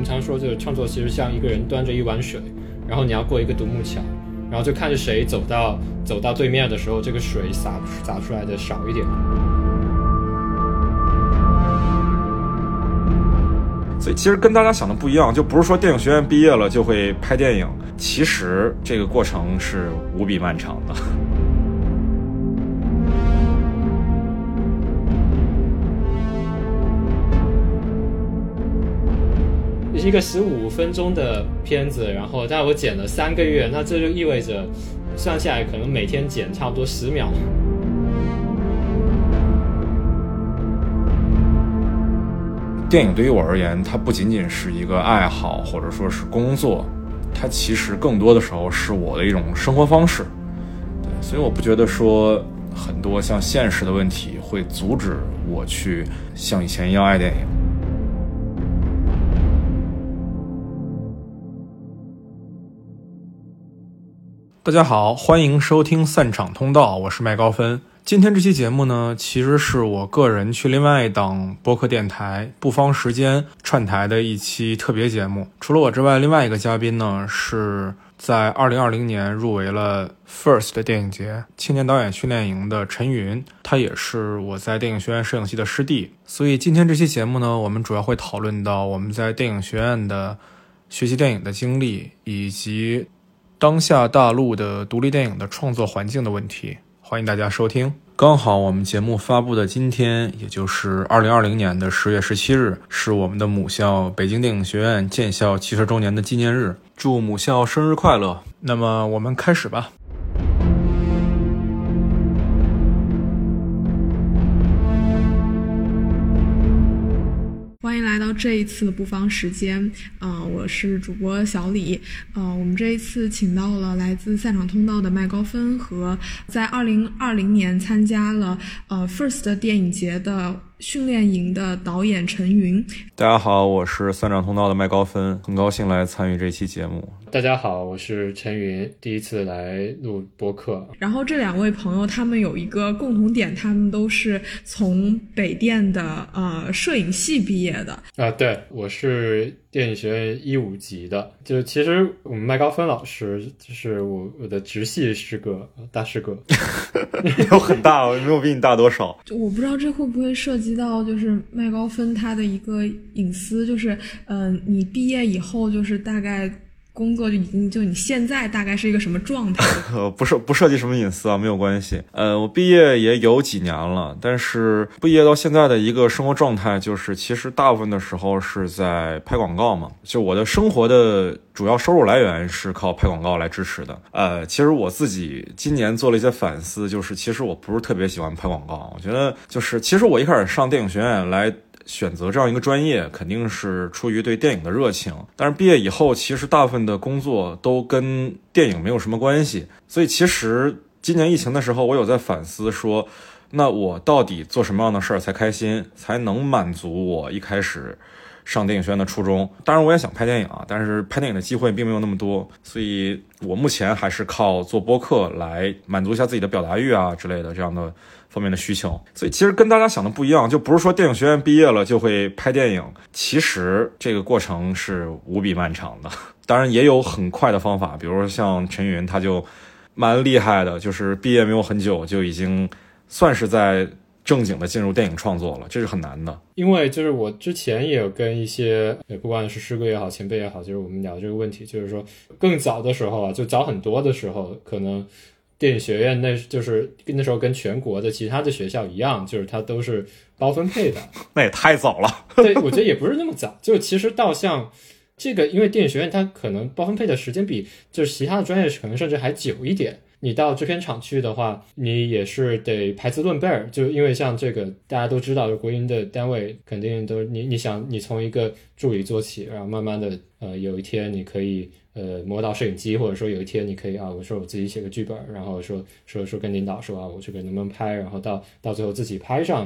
常说就是创作其实像一个人端着一碗水，然后你要过一个独木桥，然后就看着谁走到对面的时候，这个水洒出来的少一点。 所以其实跟大家想的不一样，就不是说电影学院毕业了就会拍电影，其实这个过程是无比漫长的。 一个15分钟的片子，然后但我剪了3个月，那这就意味着算下来可能每天剪差不多10秒。 电影对于我而言，它不仅仅是一个爱好或者说是工作，它其实更多的时候是我的一种生活方式。对，所以我不觉得说很多像现实的问题会阻止我去像以前一样爱电影。大家好，欢迎收听散场通道，我是麦高芬。今天这期节目呢，其实是我个人去另外一档播客电台不方时间串台的一期特别节目。除了我之外，另外一个嘉宾呢是在2020年入围了 FIRST 的电影节青年导演训练营的陈云，他也是我在电影学院摄影系的师弟。所以今天这期节目呢，我们主要会讨论到我们在电影学院的学习电影的经历，以及当下大陆的独立电影的创作环境的问题。欢迎大家收听。刚好我们节目发布的今天，也就是2020年的10月17日，是我们的母校北京电影学院建校70周年的纪念日，祝母校生日快乐。那么我们开始吧。 欢迎来到这一次的不方时间，我是主播小李。我们这一次请到了来自散场通道的麦高芬和在2020年参加了FIRST 电影节的训练营的导演陈云。 大家好，我是散场通道的麦高芬，很高兴来参与这期节目。 大家好，我是陈云，第一次来录播客。 然后这两位朋友他们有一个共同点，他们都是从北电的摄影系毕业的。 对，我是电影学院15级的。就其实我们麦高芬老师就是我的直系师哥，大师哥。 有很大，我没有比你大多少。 我不知道这会不会涉及到就是麦高芬他的一个隐私，就是你毕业以后就是大概工作就已经就你现在大概是一个什么状态？ 不涉及什么隐私啊，没有关系。我毕业也有几年了，但是毕业到现在的一个生活状态就是，其实大部分的时候是在拍广告嘛。就我的生活的主要收入来源是靠拍广告来支持的。其实我自己今年做了一些反思，就是其实我不是特别喜欢拍广告。我觉得就是其实我一开始上电影学院来选择这样一个专业，肯定是出于对电影的热情，但是毕业以后其实大部分的工作都跟电影没有什么关系。所以其实今年疫情的时候，我有在反思说，那我到底做什么样的事儿才开心，才能满足我一开始上电影学院的初衷。当然我也想拍电影啊，但是拍电影的机会并没有那么多，所以我目前还是靠做播客来满足一下自己的表达欲啊之类的这样的方面的需求。所以其实跟大家想的不一样，就不是说电影学院毕业了就会拍电影，其实这个过程是无比漫长的。当然也有很快的方法，比如说像陈云他就蛮厉害的，就是毕业没有很久就已经算是在正经的进入电影创作了，这是很难的。 因为就是我之前也有跟一些不管是师哥也好前辈也好，就是我们聊这个问题，就是说更早的时候啊，就早很多的时候，可能电影学院就是那时候跟全国的其他的学校一样，就是它都是包分配的。 那也太早了。 对，我觉得也不是那么早，就其实到像这个，因为电影学院它可能包分配的时间比就是其他的专业可能甚至还久一点。你到制片厂去的话，你也是得排资论辈儿，就因为像这个大家都知道，国营的单位肯定都你想你从一个助理做起，然后慢慢的有一天你可以摸到摄影机，或者说有一天你可以我说我自己写个剧本，然后说跟领导说我这个能不能拍，然后到最后自己拍上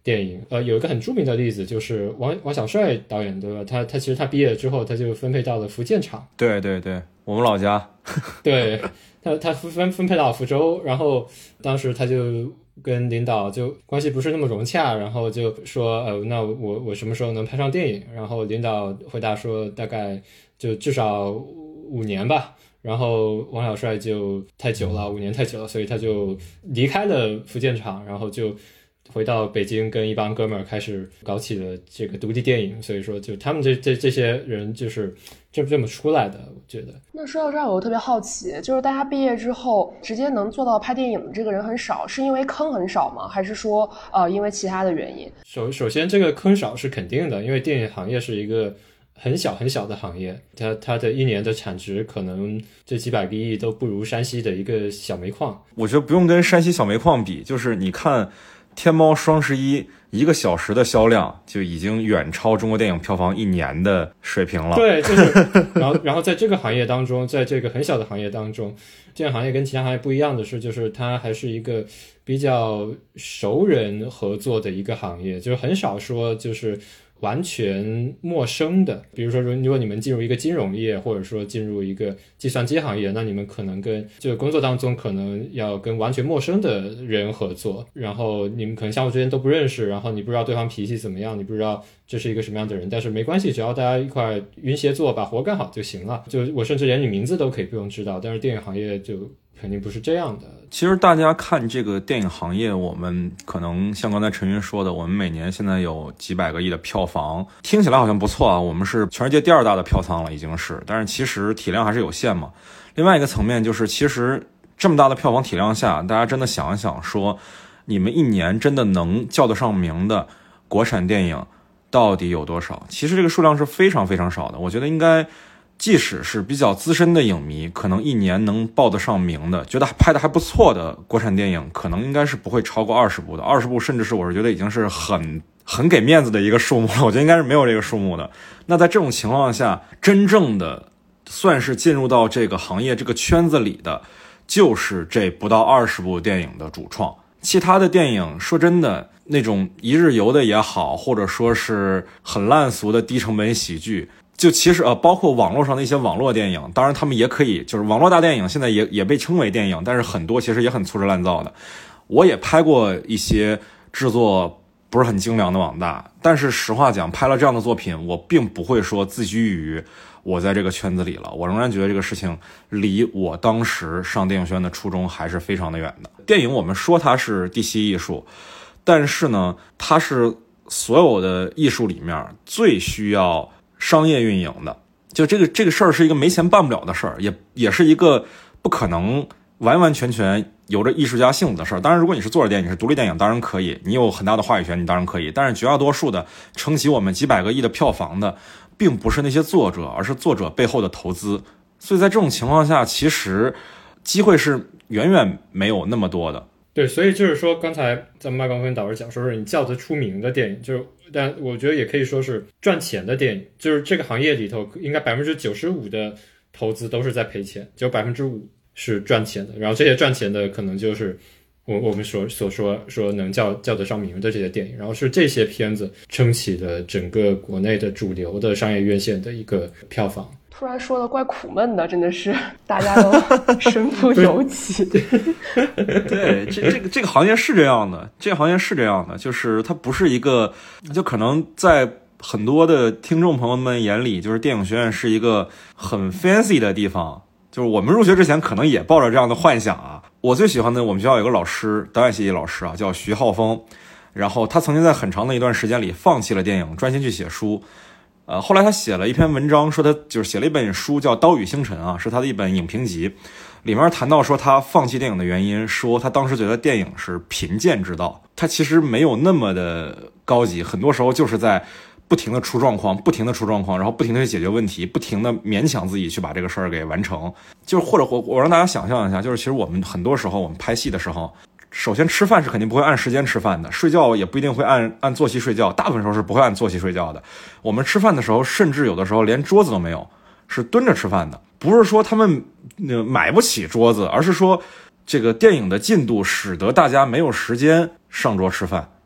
电影。有一个很著名的例子就是王小帅导演，对吧？他其实他毕业之后他就分配到了福建厂。 对对对，我们老家。 对，他分配到福州，然后当时他就跟领导就关系不是那么融洽，然后就说那我什么时候能拍上电影？然后领导回答说大概就至少5年吧。然后王小帅就太久了，5年太久了，所以他就离开了福建厂，然后就回到北京跟一帮哥们儿开始搞起了这个独立电影。所以说就他们这些人就是这么出来的，我觉得。 那说到这儿我特别好奇，就是大家毕业之后直接能做到拍电影的这个人很少，是因为坑很少吗？还是说因为其他的原因？ 首先这个坑少是肯定的，因为电影行业是一个很小很小的行业，它的1年的产值可能这几百个亿都不如山西的一个小煤矿。 我觉得不用跟山西小煤矿比，就是你看天猫双11 1个小时的销量就已经远超中国电影票房1年的水平了。 对，就是然后在这个行业当中，在这个很小的行业当中，电影行业跟其他行业不一样的是，就是它还是一个比较熟人合作的一个行业，就是很少说就是完全陌生的。比如说如果你们进入一个金融业，或者说进入一个计算机行业，那你们可能跟这个工作当中可能要跟完全陌生的人合作，然后你们可能相互之间都不认识，然后你不知道对方脾气怎么样，你不知道这是一个什么样的人，但是没关系，只要大家一块云协作把活干好就行了。就我甚至连你名字都可以不用知道，但是电影行业就肯定不是这样的。 其实大家看这个电影行业，我们可能像刚才陈云说的，我们每年现在有几百个亿的票房，听起来好像不错啊，我们是全世界第2大的票仓了已经是，但是其实体量还是有限嘛。另外一个层面就是，其实这么大的票房体量下，大家真的想一想说，你们1年真的能叫得上名的国产电影到底有多少？其实这个数量是非常非常少的。我觉得应该即使是比较资深的影迷，可能1年能报得上名的，觉得拍得还不错的国产电影，可能应该是不会超过20部的。20部甚至是我是觉得已经是很给面子的一个数目了，我觉得应该是没有这个数目的。那在这种情况下，真正的算是进入到这个行业这个圈子里的，就是这不到20部电影的主创。其他的电影说真的，那种一日游的也好，或者说是很烂俗的低成本喜剧，就其实包括网络上的一些网络电影，当然他们也可以，就是网络大电影现在也被称为电影，但是很多其实也很粗制滥造的。我也拍过一些制作不是很精良的网大，但是实话讲，拍了这样的作品，我并不会说自居于我在这个圈子里了，我仍然觉得这个事情离我当时上电影学院的初衷还是非常的远的。电影我们说它是第7艺术，但是呢，它是所有的艺术里面最需要商业运营的。就这个事儿是一个没钱办不了的事儿，也是一个不可能完完全全有着艺术家性质的事儿。当然如果你是做着电影，你是独立电影，当然可以，你有很大的话语权，你当然可以。但是绝大多数的撑起我们几百个亿的票房的并不是那些作者，而是作者背后的投资。所以在这种情况下，其实机会是远远没有那么多的。 对，所以就是说刚才咱们麦高芬导师讲说是你叫得出名的电影，就是但我觉得也可以说是赚钱的电影，就是这个行业里头应该95%的投资都是在赔钱，只有5%是赚钱的，然后这些赚钱的可能就是我们所说能叫得上名的这些电影，然后是这些片子撑起了整个国内的主流的商业院线的一个票房。 突然说的怪苦闷的，真的是大家都身不由己。 对，这个行业是这样的，这个行业是这样的，就是它不是一个，就可能在很多的听众朋友们眼里，就是电影学院是一个很 fancy 的地方。就是我们入学之前可能也抱着这样的幻想啊。我最喜欢的我们学校有个老师，导演系老师啊，叫徐浩峰，然后他曾经在很长的一段时间里放弃了电影，专心去写书。后来他写了一篇文章，说他就是写了一本书叫《刀与星辰》啊，是他的一本影评集，里面谈到说他放弃电影的原因，说他当时觉得电影是贫贱之道，他其实没有那么的高级，很多时候就是在不停的出状况，然后不停的去解决问题，不停的勉强自己去把这个事儿给完成。就是或者我让大家想象一下，就是其实我们很多时候我们拍戏的时候，首先吃饭是肯定不会按时间吃饭的，睡觉也不一定会按作息睡觉，大部分时候是不会按作息睡觉的。我们吃饭的时候，甚至有的时候连桌子都没有，是蹲着吃饭的。不是说他们买不起桌子，而是说这个电影的进度使得大家没有时间上桌吃饭。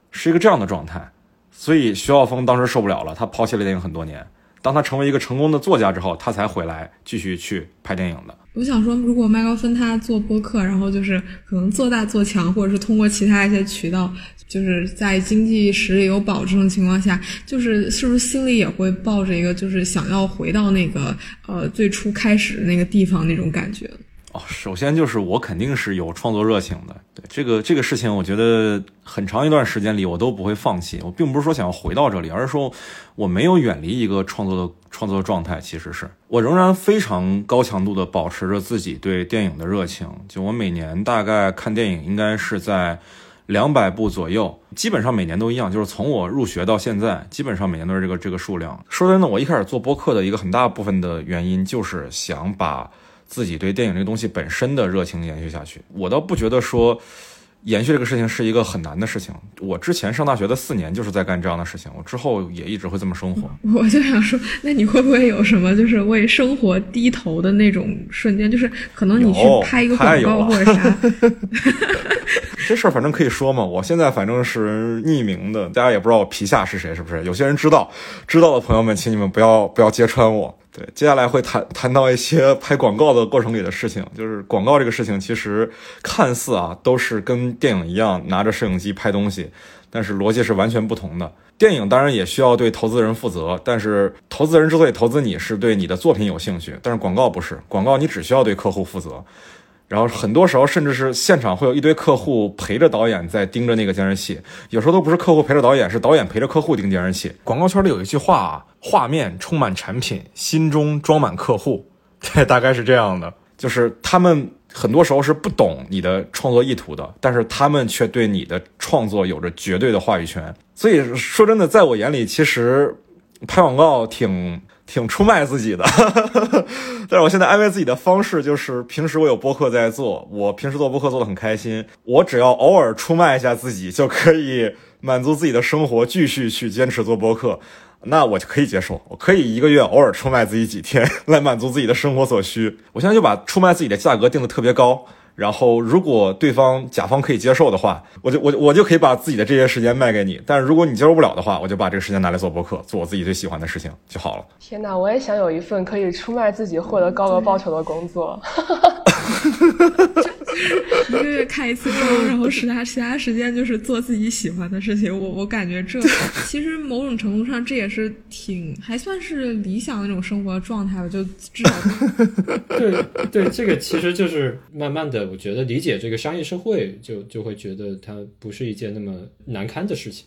是一个这样的状态。所以徐浩峰当时受不了了，他抛弃了电影很多年。当他成为一个成功的作家之后，他才回来继续去拍电影的。 我想说，如果麦高芬他做播客，然后就是可能做大做强，或者是通过其他一些渠道，就是在经济实力有保证的情况下，就是是不是心里也会抱着一个就是想要回到那个最初开始的那个地方那种感觉？ 首先就是我肯定是有创作热情的，对这个事情，我觉得很长一段时间里我都不会放弃。我并不是说想要回到这里，而是说我没有远离一个创作的状态。其实是我仍然非常高强度的保持着自己对电影的热情。就我每年大概看电影应该是在200部左右，基本上每年都一样，就是从我入学到现在，基本上每年都是这个数量。说真的，我一开始做播客的一个很大部分的原因就是想把自己对电影这个东西本身的热情延续下去。我倒不觉得说延续这个事情是一个很难的事情。我之前上大学的4年就是在干这样的事情，我之后也一直会这么生活。 我就想说，那你会不会有什么就是为生活低头的那种瞬间？就是可能你去拍一个广告或者啥。 这事儿反正可以说嘛，我现在反正是匿名的，大家也不知道我皮下是谁，是不是？有些人知道的朋友们，请你们不要揭穿我。对，接下来会谈到一些拍广告的过程里的事情。就是广告这个事情，其实看似都是跟电影一样拿着摄影机拍东西，但是逻辑是完全不同的。电影当然也需要对投资人负责，但是投资人之所以投资你是对你的作品有兴趣，但是广告不是，广告你只需要对客户负责。然后很多时候甚至是现场会有一堆客户陪着导演在盯着那个监视器，有时候都不是客户陪着导演，是导演陪着客户盯监视器。广告圈里有一句话画面充满产品，心中装满客户。对，大概是这样的。就是他们很多时候是不懂你的创作意图的，但是他们却对你的创作有着绝对的话语权。所以说真的，在我眼里其实拍广告挺出卖自己的但是我现在安慰自己的方式就是平时我有播客在做，我平时做播客做得很开心，我只要偶尔出卖一下自己就可以满足自己的生活，继续去坚持做播客，那我就可以接受。我可以1个月偶尔出卖自己几天来满足自己的生活所需。我现在就把出卖自己的价格定得特别高，然后如果甲方可以接受的话，我就可以把自己的这些时间卖给你。但是如果你接受不了的话，我就把这个时间拿来做播客，做我自己最喜欢的事情就好了。 天哪，我也想有一份可以出卖自己获得高额报酬的工作。 1个月开一次工，然后其他时间就是做自己喜欢的事情。我感觉这其实某种程度上这也是还算是理想的那种生活状态吧，就至少对，这个其实就是慢慢的，我觉得理解这个商业社会，就会觉得它不是一件那么难堪的事情。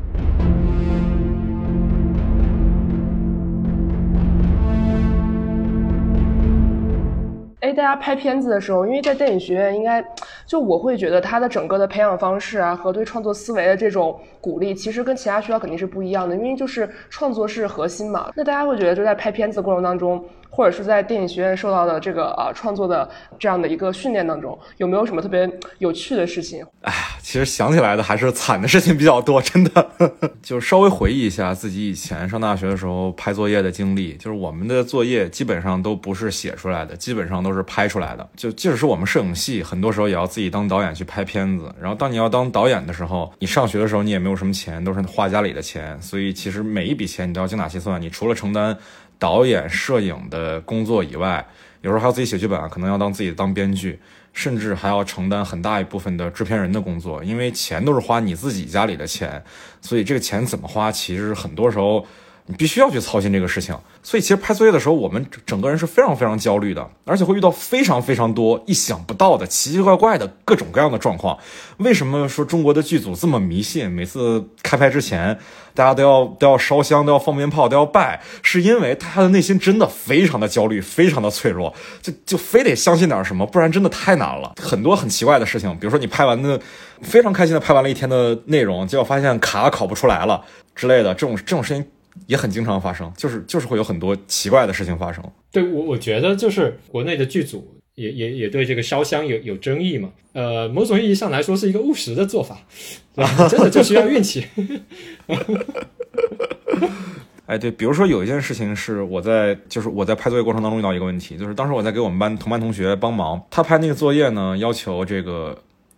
大家拍片子的时候，因为在电影学院应该就我会觉得它的整个的培养方式啊和对创作思维的这种鼓励其实跟其他学校肯定是不一样的，因为就是创作是核心嘛。那大家会觉得就在拍片子过程当中，或者是在电影学院受到的这个创作的这样的一个训练当中，有没有什么特别有趣的事情？ 其实想起来的还是惨的事情比较多，真的就稍微回忆一下自己以前上大学的时候拍作业的经历。就是我们的作业基本上都不是写出来的，基本上都是拍出来的。就即使是我们摄影系，很多时候也要自己当导演去拍片子。然后当你要当导演的时候，你上学的时候你也没有什么钱，都是花家里的钱，所以其实每一笔钱你都要精打细算。你除了承担导演摄影的工作以外，有时候还要自己写剧本，可能要自己当编剧，甚至还要承担很大一部分的制片人的工作。因为钱都是花你自己家里的钱，所以这个钱怎么花，其实很多时候你必须要去操心这个事情。所以其实拍作业的时候，我们整个人是非常非常焦虑的，而且会遇到非常非常多意想不到的奇奇怪怪的各种各样的状况。为什么说中国的剧组这么迷信，每次开拍之前大家都要烧香，都要放鞭炮，都要拜，是因为他的内心真的非常的焦虑，非常的脆弱，就非得相信点什么，不然真的太难了。很多很奇怪的事情，比如说你拍完的非常开心的拍完了一天的内容，结果发现考不出来了之类的，这种事情也很经常发生，就是会有很多奇怪的事情发生。 对，我觉得就是国内的剧组也对这个烧香有争议嘛。某种意义上来说是一个务实的做法，真的就需要运气。 对，比如说有一件事情是我在拍作业过程当中遇到一个问题，就是当时我在给我们班同班同学帮忙，他拍那个作业呢，要求这个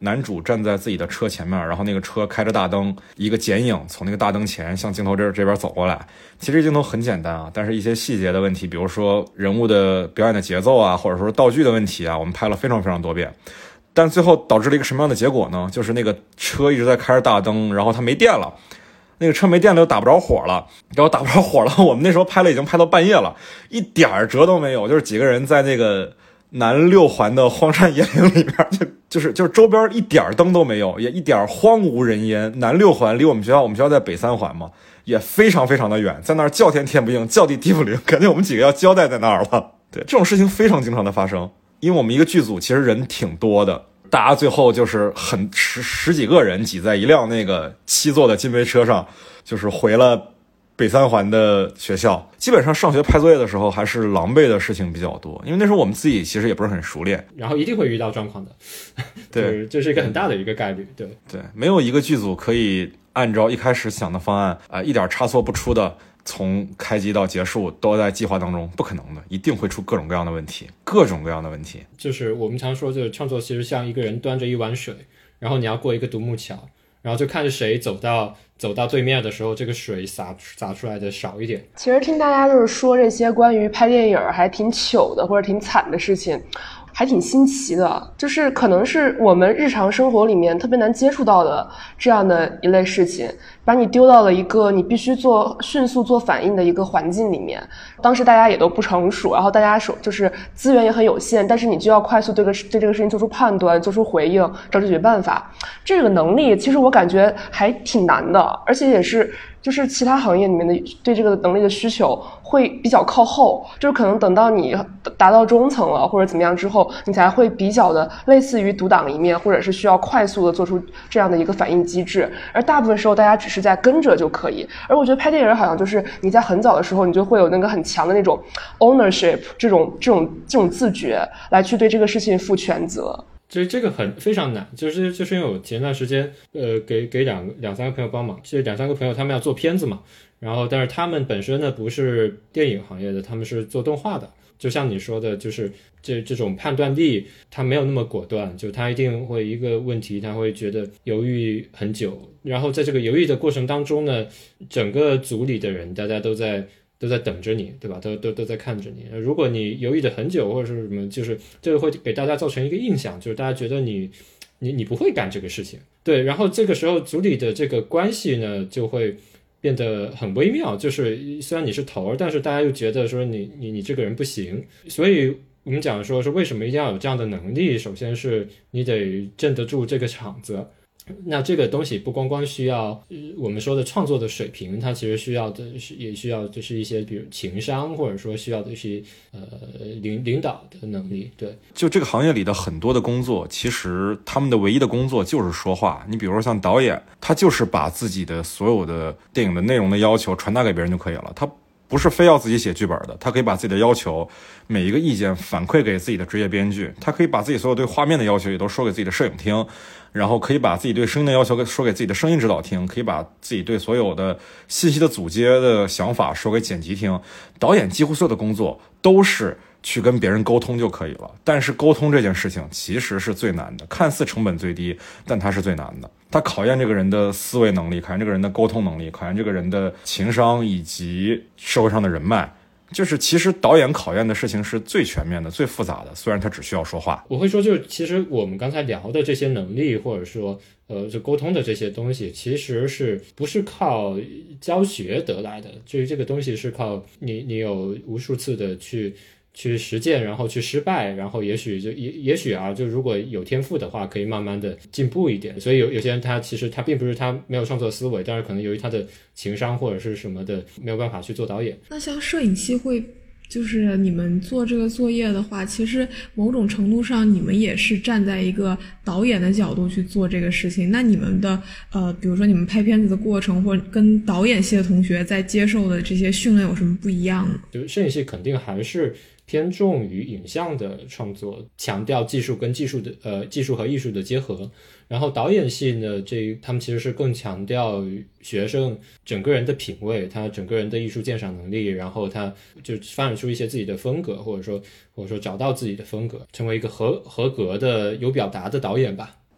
男主站在自己的车前面，然后那个车开着大灯，一个剪影从那个大灯前向镜头这边走过来。其实镜头很简单啊，但是一些细节的问题，比如说人物的表演的节奏啊，或者说道具的问题啊，我们拍了非常非常多遍。但最后导致了一个什么样的结果呢？就是那个车一直在开着大灯，然后它没电了，那个车没电了又打不着火了，然后打不着火了，我们那时候已经拍到半夜了，一点辙都没有，就是几个人在那个南6环的荒山野岭里边，就是周边一点灯都没有，也一点荒无人烟。南6环离我们学校在北3环嘛，也非常非常的远，在那儿叫天天不应，叫地地不灵，感觉我们几个要交代在那儿了。对，这种事情非常经常的发生，因为我们一个剧组其实人挺多的，大家最后就是十几个人挤在一辆那个7座的金杯车上，就是回了北3环的学校。基本上上学拍作业的时候还是狼狈的事情比较多，因为那时候我们自己其实也不是很熟练， 然后一定会遇到状况的。 对， 这是一个很大的一个概率。对， 没有一个剧组可以按照一开始想的方案一点差错不出的从开机到结束都在计划当中，不可能的，一定会出各种各样的问题。 就是我们常说，就是创作其实像一个人端着一碗水，然后你要过一个独木桥，然后就看着谁走到对面的时候，这个水洒出来的少一点。 其实听大家就是说这些关于拍电影还挺糗的或者挺惨的事情，还挺新奇的，就是可能是我们日常生活里面特别难接触到的这样的一类事情，把你丢到了一个你必须迅速做反应的一个环境里面。当时大家也都不成熟，然后大家就是资源也很有限，但是你就要快速对这个事情做出判断，做出回应，找解决办法。这个能力其实我感觉还挺难的，而且也是就是其他行业里面的对这个能力的需求会比较靠后，就是可能等到你达到中层了或者怎么样之后，你才会比较的类似于独当一面，或者是需要快速的做出这样的一个反应机制。而大部分时候大家只是在跟着就可以。而我觉得拍电影好像就是你在很早的时候你就会有那个很强的那种 ownership 这种自觉来去对这个事情负全责。 这个非常难，就是因为我前段时间给两三个朋友帮忙，这2-3个朋友他们要做片子嘛，然后但是他们本身呢不是电影行业的，他们是做动画的。就像你说的，就是这种判断力他没有那么果断，就他一定会一个问题他会觉得犹豫很久，然后在这个犹豫的过程当中呢，整个组里的人大家都在等着你，对吧？都在看着你。如果你犹豫的很久或者是什么，就是这个会给大家造成一个印象，就是大家觉得你不会干这个事情。对，然后这个时候组里的这个关系呢就会变得很微妙，就是虽然你是头，但是大家又觉得说你这个人不行。所以我们讲说是为什么一定要有这样的能力，首先是你得镇得住这个场子。那这个东西不光需要我们说的创作的水平，它其实需要的也需要就是一些比如情商，或者说需要的一些领导的能力。对， 就这个行业里的很多的工作，其实他们的唯一的工作就是说话。你比如说像导演，他就是把自己的所有的电影的内容的要求传达给别人就可以了，他不是非要自己写剧本的，他可以把自己的要求每一个意见反馈给自己的职业编剧，他可以把自己所有对画面的要求也都说给自己的摄影厅，然后可以把自己对声音的要求说给自己的声音指导厅，可以把自己对所有的信息的组接的想法说给剪辑厅。导演几乎所有的工作都是去跟别人沟通就可以了，但是沟通这件事情其实是最难的，看似成本最低，但它是最难的。它考验这个人的思维能力，考验这个人的沟通能力，考验这个人的情商以及社会上的人脉。就是其实导演考验的事情是最全面的、最复杂的，虽然他只需要说话。 我会说，就是其实我们刚才聊的这些能力，或者说就沟通的这些东西，其实是不是靠教学得来的？至于这个东西是靠你有无数次的去实践，然后去失败，然后也许就如果有天赋的话，可以慢慢的进步一点。所以有些人其实他并不是他没有创作思维，但是可能由于他的情商或者是什么的没有办法去做导演。 那像摄影系会就是你们做这个作业的话，其实某种程度上你们也是站在一个导演的角度去做这个事情。那你们的比如说你们拍片子的过程，或者跟导演系的同学在接受的这些训练有什么不一样呢？ 就是摄影系肯定还是偏重于影像的创作，强调技术跟技术和艺术的结合。然后导演系呢，他们其实是更强调学生整个人的品味，他整个人的艺术鉴赏能力，然后他就发展出一些自己的风格，或者说找到自己的风格，成为一个合格的有表达的导演吧。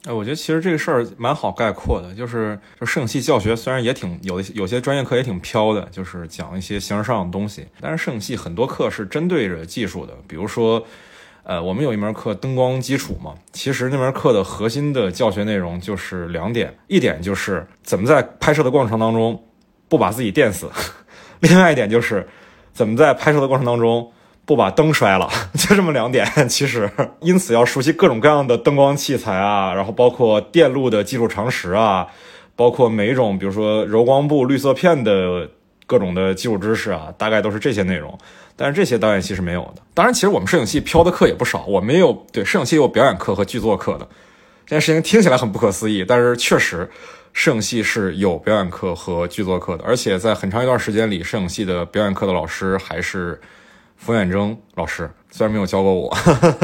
我觉得其实这个事儿蛮好概括的，就是摄影系教学虽然也挺有些专业课也挺飘的，就是讲一些形而上的东西，但是摄影系很多课是针对着技术的，比如说我们有一门课灯光基础嘛，其实那门课的核心的教学内容就是2点，一点就是怎么在拍摄的过程当中不把自己电死，另外一点就是怎么在拍摄的过程当中不把灯摔了，就这么2点。其实因此要熟悉各种各样的灯光器材啊，然后包括电路的技术常识啊，包括每一种比如说柔光布、绿色片的各种的技术知识啊，大概都是这些内容。但是这些导演系是没有的。当然其实我们摄影系飘的课也不少，我们也有，对，摄影系有表演课和剧作课的。这件事情听起来很不可思议，但是确实摄影系是有表演课和剧作课的，而且在很长一段时间里，摄影系的表演课的老师还是冯远征老师，虽然没有教过我。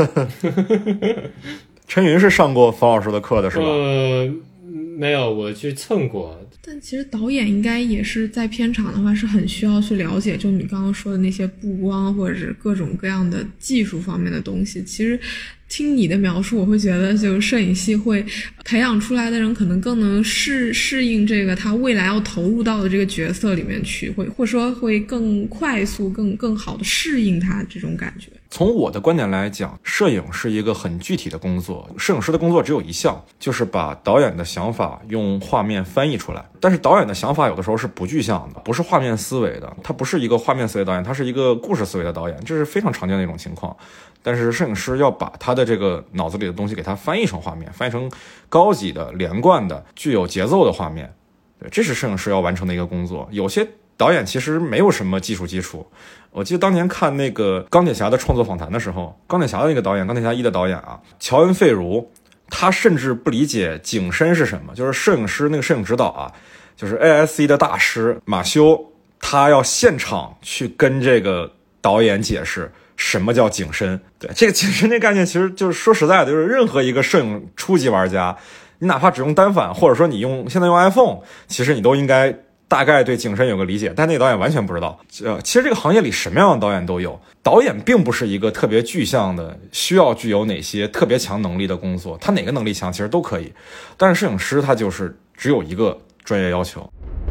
陈云是上过冯老师的课的是吧？ 没有，我去蹭过。 但其实导演应该也是在片场的话是很需要去了解，就你刚刚说的那些布光或者是各种各样的技术方面的东西。其实听你的描述，我会觉得就是摄影系会培养出来的人可能更能适应这个他未来要投入到的这个角色里面去，或者说会更快速更好的适应他这种感觉。 从我的观点来讲，摄影是一个很具体的工作，摄影师的工作只有一项，就是把导演的想法用画面翻译出来。但是导演的想法有的时候是不具象的，不是画面思维的，他不是一个画面思维导演，他是一个故事思维的导演，这是非常常见的一种情况。但是摄影师要把他的这个脑子里的东西给他翻译成画面，翻译成高级的、连贯的、具有节奏的画面，对，这是摄影师要完成的一个工作。有些导演其实没有什么技术基础。我记得当年看那个钢铁侠的创作访谈的时候，钢铁侠的那个导演，钢铁侠1的导演啊，乔恩·费如，他甚至不理解景深是什么，就是摄影师那个摄影指导啊，就是 ASC 的大师马修，他要现场去跟这个导演解释什么叫景深。对，这个景深这概念其实就是说实在的，就是任何一个摄影初级玩家，你哪怕只用单反，或者说你现在用 iPhone， 其实你都应该大概对景深有个理解，但那个导演完全不知道。其实这个行业里什么样的导演都有，导演并不是一个特别具象的需要具有哪些特别强能力的工作，他哪个能力强其实都可以，但是摄影师他就是只有一个专业要求。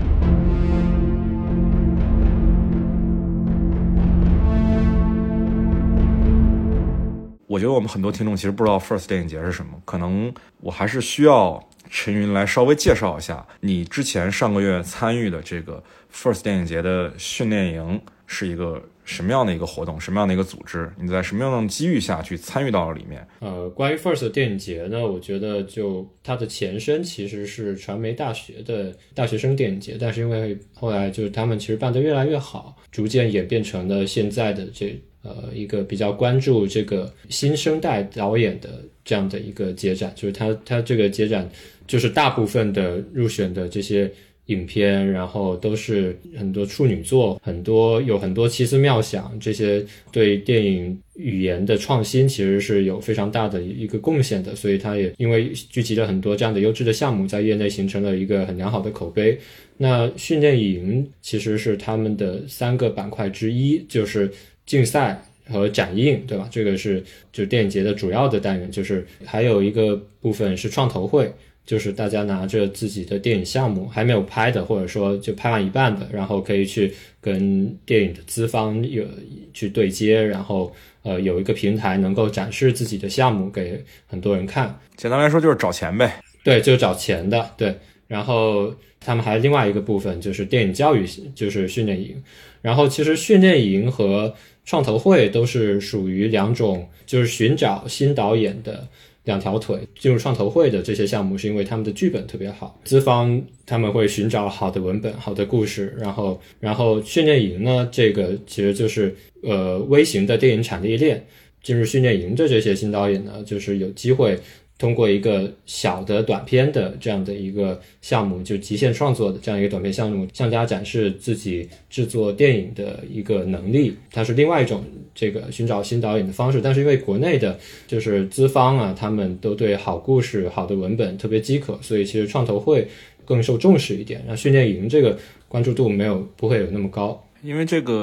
我觉得我们很多听众其实不知道 FIRST 电影节是什么，可能我还是需要陈云来稍微介绍一下你之前上个月参与的这个 FIRST 电影节的训练营是一个什么样的一个活动，什么样的一个组织，你在什么样的机遇下去参与到了里面。 关于 FIRST 电影节呢，我觉得就它的前身其实是传媒大学的大学生电影节，但是因为后来就是他们其实办得越来越好，逐渐演变成了现在的一个比较关注这个新生代导演的这样的一个节展，就是它这个节展就是大部分的入选的这些影片，然后都是很多处女作，有很多奇思妙想，这些对电影语言的创新其实是有非常大的一个贡献的，所以它也因为聚集了很多这样的优质的项目，在业内形成了一个很良好的口碑。那训练营其实是他们的3个板块之一，就是竞赛和展映，对吧？这个是就电影节的主要的单元，就是还有一个部分是创投会，就是大家拿着自己的电影项目还没有拍的，或者说就拍完一半的，然后可以去跟电影的资方去对接，然后有一个平台能够展示自己的项目给很多人看。 简单来说就是找钱呗。 对，就是找钱的，对。然后他们还另外一个部分就是电影教育，就是训练营。然后其实训练营和创投会都是属于2种，就是寻找新导演的2条腿。进入创投会的这些项目是因为他们的剧本特别好，资方他们会寻找好的文本、好的故事，然后训练营呢，这个其实就是微型的电影产业链。进入训练营的这些新导演呢，就是有机会通过一个小的短片的这样的一个项目，就极限创作的这样一个短片项目，向大家展示自己制作电影的一个能力。它是另外一种这个寻找新导演的方式，但是因为国内的就是资方啊，他们都对好故事、好的文本特别饥渴，所以其实创投会更受重视一点。那训练营这个关注度不会有那么高， 因为这个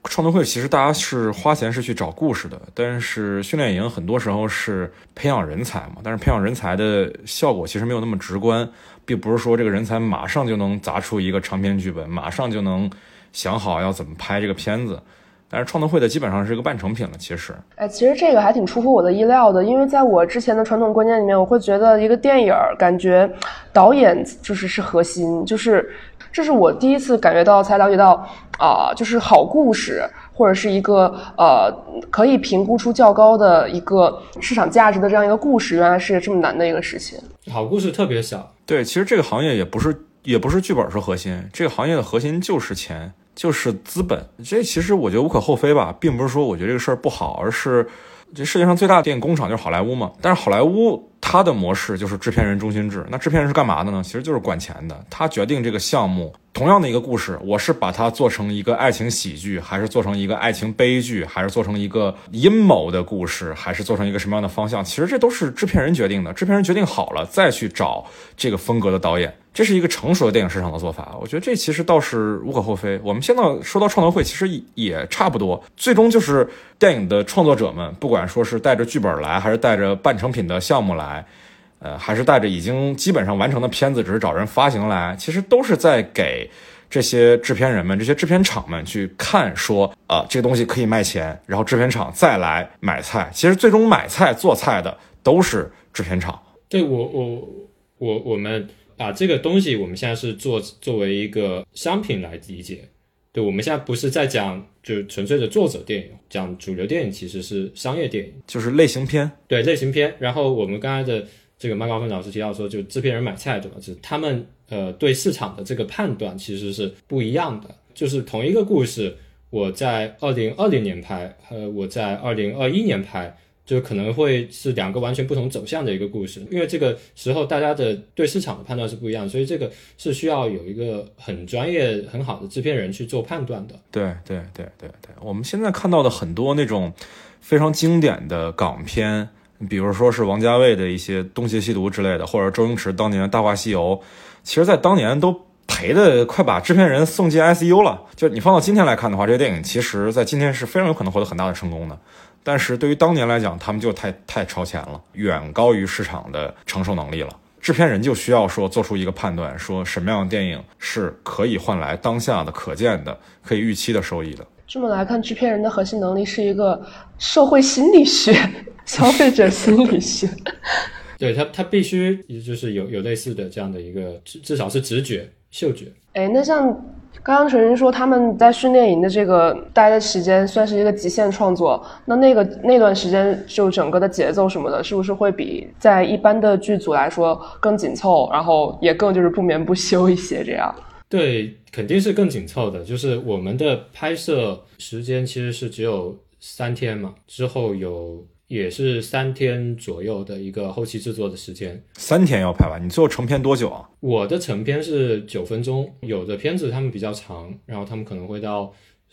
创作会其实大家是花钱是去找故事的，但是训练营很多时候是培养人才嘛，但是培养人才的效果其实没有那么直观，并不是说这个人才马上就能砸出一个长篇剧本，马上就能想好要怎么拍这个片子。但是创作会的基本上是一个半成品了，其实。 其实这个还挺出乎我的意料的，因为在我之前的传统观念里面，我会觉得一个电影感觉导演是核心，这是我第一次才了解到就是好故事或者是一个可以评估出较高的一个市场价值的这样一个故事，原来是这么难的一个事情。 好故事特别少。 对，其实这个行业也不是剧本是核心，这个行业的核心就是钱，就是资本。这其实我觉得无可厚非吧，并不是说我觉得这个事儿不好，而是这世界上最大的电影工厂就是好莱坞嘛。但是好莱坞它的模式就是制片人中心制，那制片人是干嘛的呢？其实就是管钱的，他决定这个项目。同样的一个故事，我是把它做成一个爱情喜剧，还是做成一个爱情悲剧，还是做成一个阴谋的故事，还是做成一个什么样的方向，其实这都是制片人决定的。制片人决定好了再去找这个风格的导演，这是一个成熟的电影市场的做法。我觉得这其实倒是无可厚非。我们现在说到创作会其实也差不多，最终就是电影的创作者们，不管说是带着剧本来，还是带着半成品的项目来，还是带着已经基本上完成的片子只是找人发行来，其实都是在给这些制片人们、这些制片厂们去看说这个东西可以卖钱，然后制片厂再来买菜。其实最终买菜做菜的都是制片厂。 对，我们把这个东西我们现在是作为一个商品来理解。对，我们现在不是在讲就纯粹的作者电影，讲主流电影其实是商业电影， 就是类型片。 对，类型片。然后我们刚才的这个麦高芬老师提到说，就制片人买菜对吧？就是他们对市场的这个判断其实是不一样的。就是同一个故事，我在2020年拍和我在2021年拍，就可能会是两个完全不同走向的一个故事，因为这个时候大家的对市场的判断是不一样，所以这个是需要有一个很专业很好的制片人去做判断的。 对，我们现在看到的很多那种非常经典的港片，比如说是王家卫的一些《东邪西毒》之类的，或者周星驰当年的《大话西游》，其实在当年都赔的快把制片人送进 ICU 了。就你放到今天来看的话，这些电影其实在今天是非常有可能获得很大的成功的，但是对于当年来讲，他们就太超前了，远高于市场的承受能力了。制片人就需要说做出一个判断，说什么样的电影是可以换来当下的可见的可以预期的收益的。 这么来看，制片人的核心能力是一个社会心理学、消费者心理学。 对，他必须就是有类似的这样的一个至少是直觉嗅觉。 那像刚刚陈云说他们在训练营的这个待的时间算是一个极限创作，那段时间就整个的节奏什么的，是不是会比在一般的剧组来说更紧凑，然后也更就是不眠不休一些这样？ 对，肯定是更紧凑的。就是我们的拍摄时间其实是只有3天嘛，之后也是3天左右的一个后期制作的时间。 3天要拍完，你最后成片多久啊？ 我的成片是9分钟，有的片子他们比较长，然后他们可能会到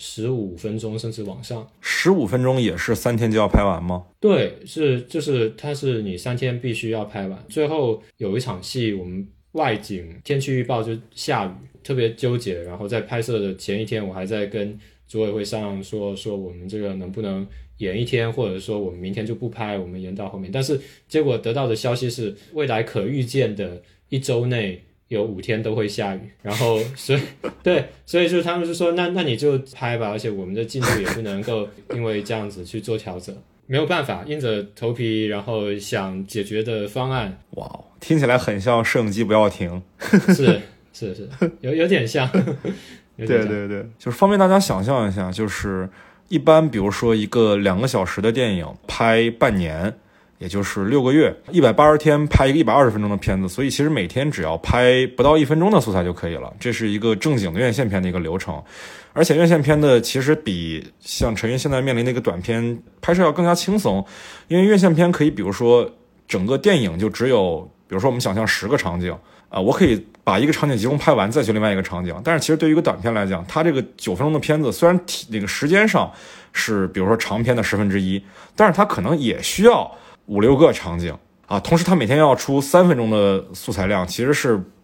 15分钟甚至往上。 15分钟也是3天就要拍完吗？ 对，就是它是你3天必须要拍完。最后有一场戏，我们外景天气预报就下雨，特别纠结。然后在拍摄的前一天，我还在跟组委会商量说我们这个能不能延一天，或者说我们明天就不拍，我们延到后面。但是结果得到的消息是，未来可预见的1周内有5天都会下雨。然后所以就是他们就说那你就拍吧，而且我们的进度也不能够因为这样子去做调整，没有办法，硬着头皮，然后想解决的方案。 哇，听起来很像摄影机不要停。 是有点像。 对，就是方便大家想象一下，就是一般比如说一个2个小时的电影拍半年，也就是6个月，180天拍一个120分钟的片子，所以其实每天只要拍不到1分钟的素材就可以了。这是一个正经的院线片的一个流程，而且院线片的其实比像陈云现在面临的一个短片拍摄要更加轻松，因为院线片可以比如说整个电影就只有比如说我们想象10个场景我可以把一个场景集中拍完再去另外一个场景。但是其实对于一个短片来讲，它这个9分钟的片子虽然那个时间上是比如说长片的1/10，但是它可能也需要5-6个场景同时它每天要出3分钟的素材量，其实是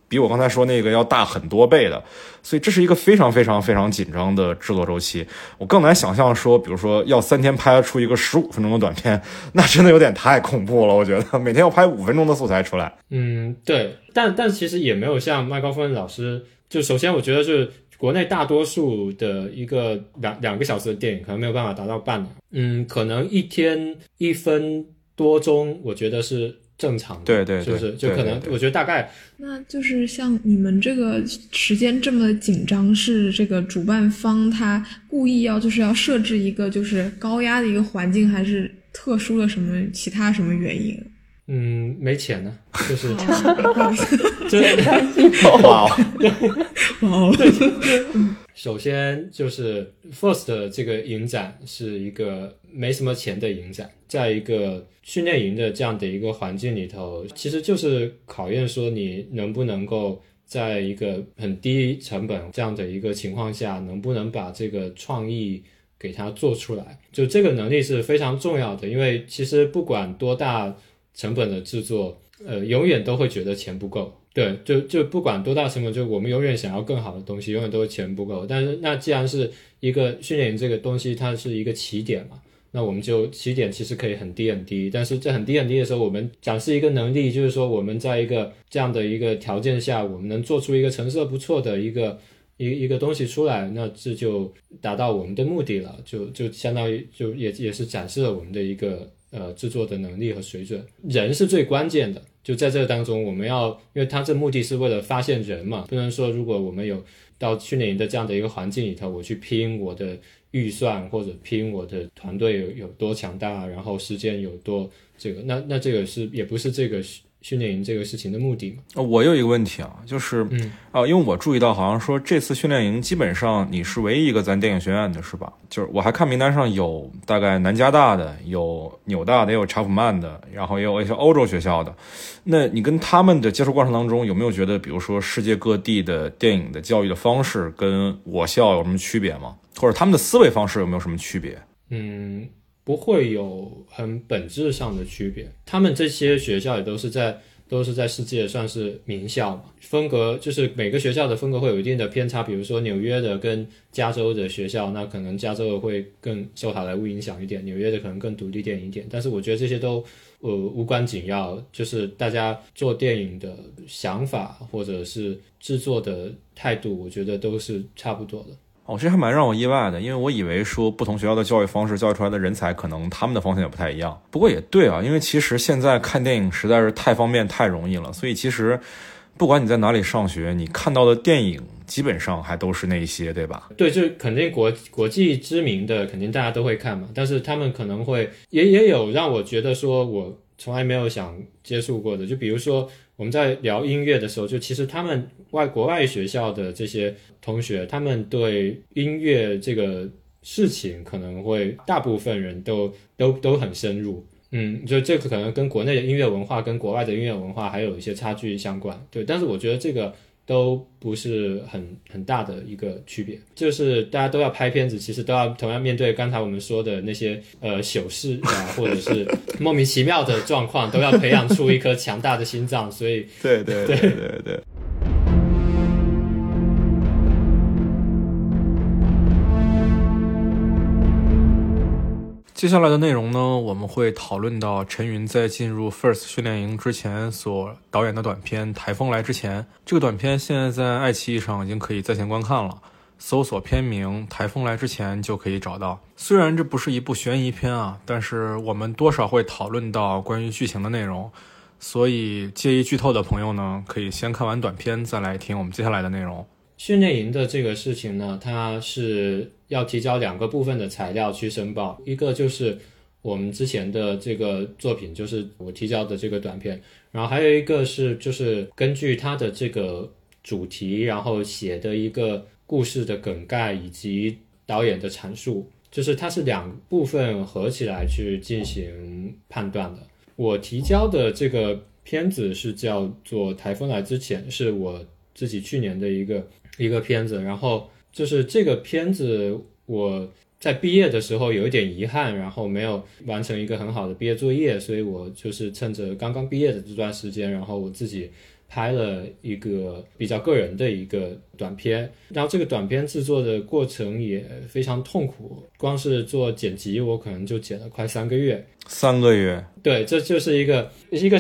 比我刚才说那个要大很多倍的，所以这是一个非常非常非常紧张的制作周期。我更难想象说，比如说要3天拍出一个15分钟的短片，那真的有点太恐怖了。我觉得每天要拍5分钟的素材出来。 对，但其实也没有像麦高芬老师，就首先我觉得是国内大多数的一个两个小时的电影可能没有办法达到半年，可能一天1分多钟，我觉得是正常的。 对， 就可能我觉得大概。 那就是像你们这个时间这么紧张，是这个主办方他故意要设置一个就是高压的一个环境，还是特殊的其他什么原因？ 没钱呢，就是哇哦， 首先就是 FIRST 这个影展是一个没什么钱的影展，在一个训练营的这样的一个环境里头，其实就是考验说你能不能够在一个很低成本这样的一个情况下，能不能把这个创意给它做出来，就这个能力是非常重要的。因为其实不管多大成本的制作，永远都会觉得钱不够。对，就不管多大成本，就我们永远想要更好的东西，永远都会钱不够。但是那既然是一个训练营这个东西，它是一个起点嘛，那我们就起点其实可以很低很低，但是在很低很低的时候，我们展示一个能力，就是说我们在一个这样的一个条件下，我们能做出一个成色不错的一个东西出来，那这就达到我们的目的了，就相当于就也是展示了我们的一个制作的能力和水准。人是最关键的，就在这个当中我们要，因为他这目的是为了发现人嘛，不能说如果我们有到训练营的这样的一个环境里头，我去拼我的预算或者拼我的团队有多强大，然后时间有多这个，那这个也不是这个训练营这个事情的目的嘛。 我有一个问题啊，就是因为我注意到好像说这次训练营基本上你是唯一一个咱电影学院的是吧？就是我还看名单上有大概南加大的，有纽大的，也有查普曼的，然后也有一些欧洲学校的。那你跟他们的接触过程当中，有没有觉得比如说世界各地的电影的教育的方式跟我校有什么区别吗？或者他们的思维方式有没有什么区别？ 不会有很本质上的区别，他们这些学校也都是在世界算是名校嘛，风格就是每个学校的风格会有一定的偏差，比如说纽约的跟加州的学校，那可能加州的会更受好莱坞影响一点，纽约的可能更独立电影一点，但是我觉得这些都无关紧要，就是大家做电影的想法或者是制作的态度，我觉得都是差不多的。 这还蛮让我意外的，因为我以为说不同学校的教育方式教育出来的人才可能他们的方向也不太一样。不过也对啊，因为其实现在看电影实在是太方便太容易了，所以其实不管你在哪里上学，你看到的电影基本上还都是那些，对吧？ 对，就肯定国际知名的肯定大家都会看嘛，但是他们可能会也有让我觉得说我从来没有想接触过的，就比如说我们在聊音乐的时候，就其实他们国外学校的这些同学，他们对音乐这个事情可能会大部分人都很深入，就这个可能跟国内的音乐文化跟国外的音乐文化还有一些差距相关，对，但是我觉得这个都不是很大的一个区别，就是大家都要拍片子，其实都要同样面对刚才我们说的那些糗事啊，或者是莫名其妙的状况，都要培养出一颗强大的心脏，所以对。接下来的内容呢，我们会讨论到陈云在进入 FIRST 训练营之前所导演的短片《台风来之前》。这个短片现在在爱奇艺上已经可以在线观看了，搜索片名《台风来之前》就可以找到。虽然这不是一部悬疑片啊，但是我们多少会讨论到关于剧情的内容，所以介意剧透的朋友呢，可以先看完短片再来听我们接下来的内容。 训练营的这个事情呢，它是要提交2个部分的材料去申报，一个就是我们之前的这个作品，就是我提交的这个短片，然后还有一个是就是根据它的这个主题，然后写的一个故事的梗概以及导演的阐述，就是它是2部分合起来去进行判断的。我提交的这个片子是叫做《台风来之前》，是我自己去年的一个片子，然后就是这个片子我在毕业的时候有一点遗憾，然后没有完成一个很好的毕业作业，所以我就是趁着刚刚毕业的这段时间，然后我自己拍了一个比较个人的一个短片，然后这个短片制作的过程也非常痛苦，光是做剪辑我可能就剪了快3个月。 3个月？ 对，这就是一个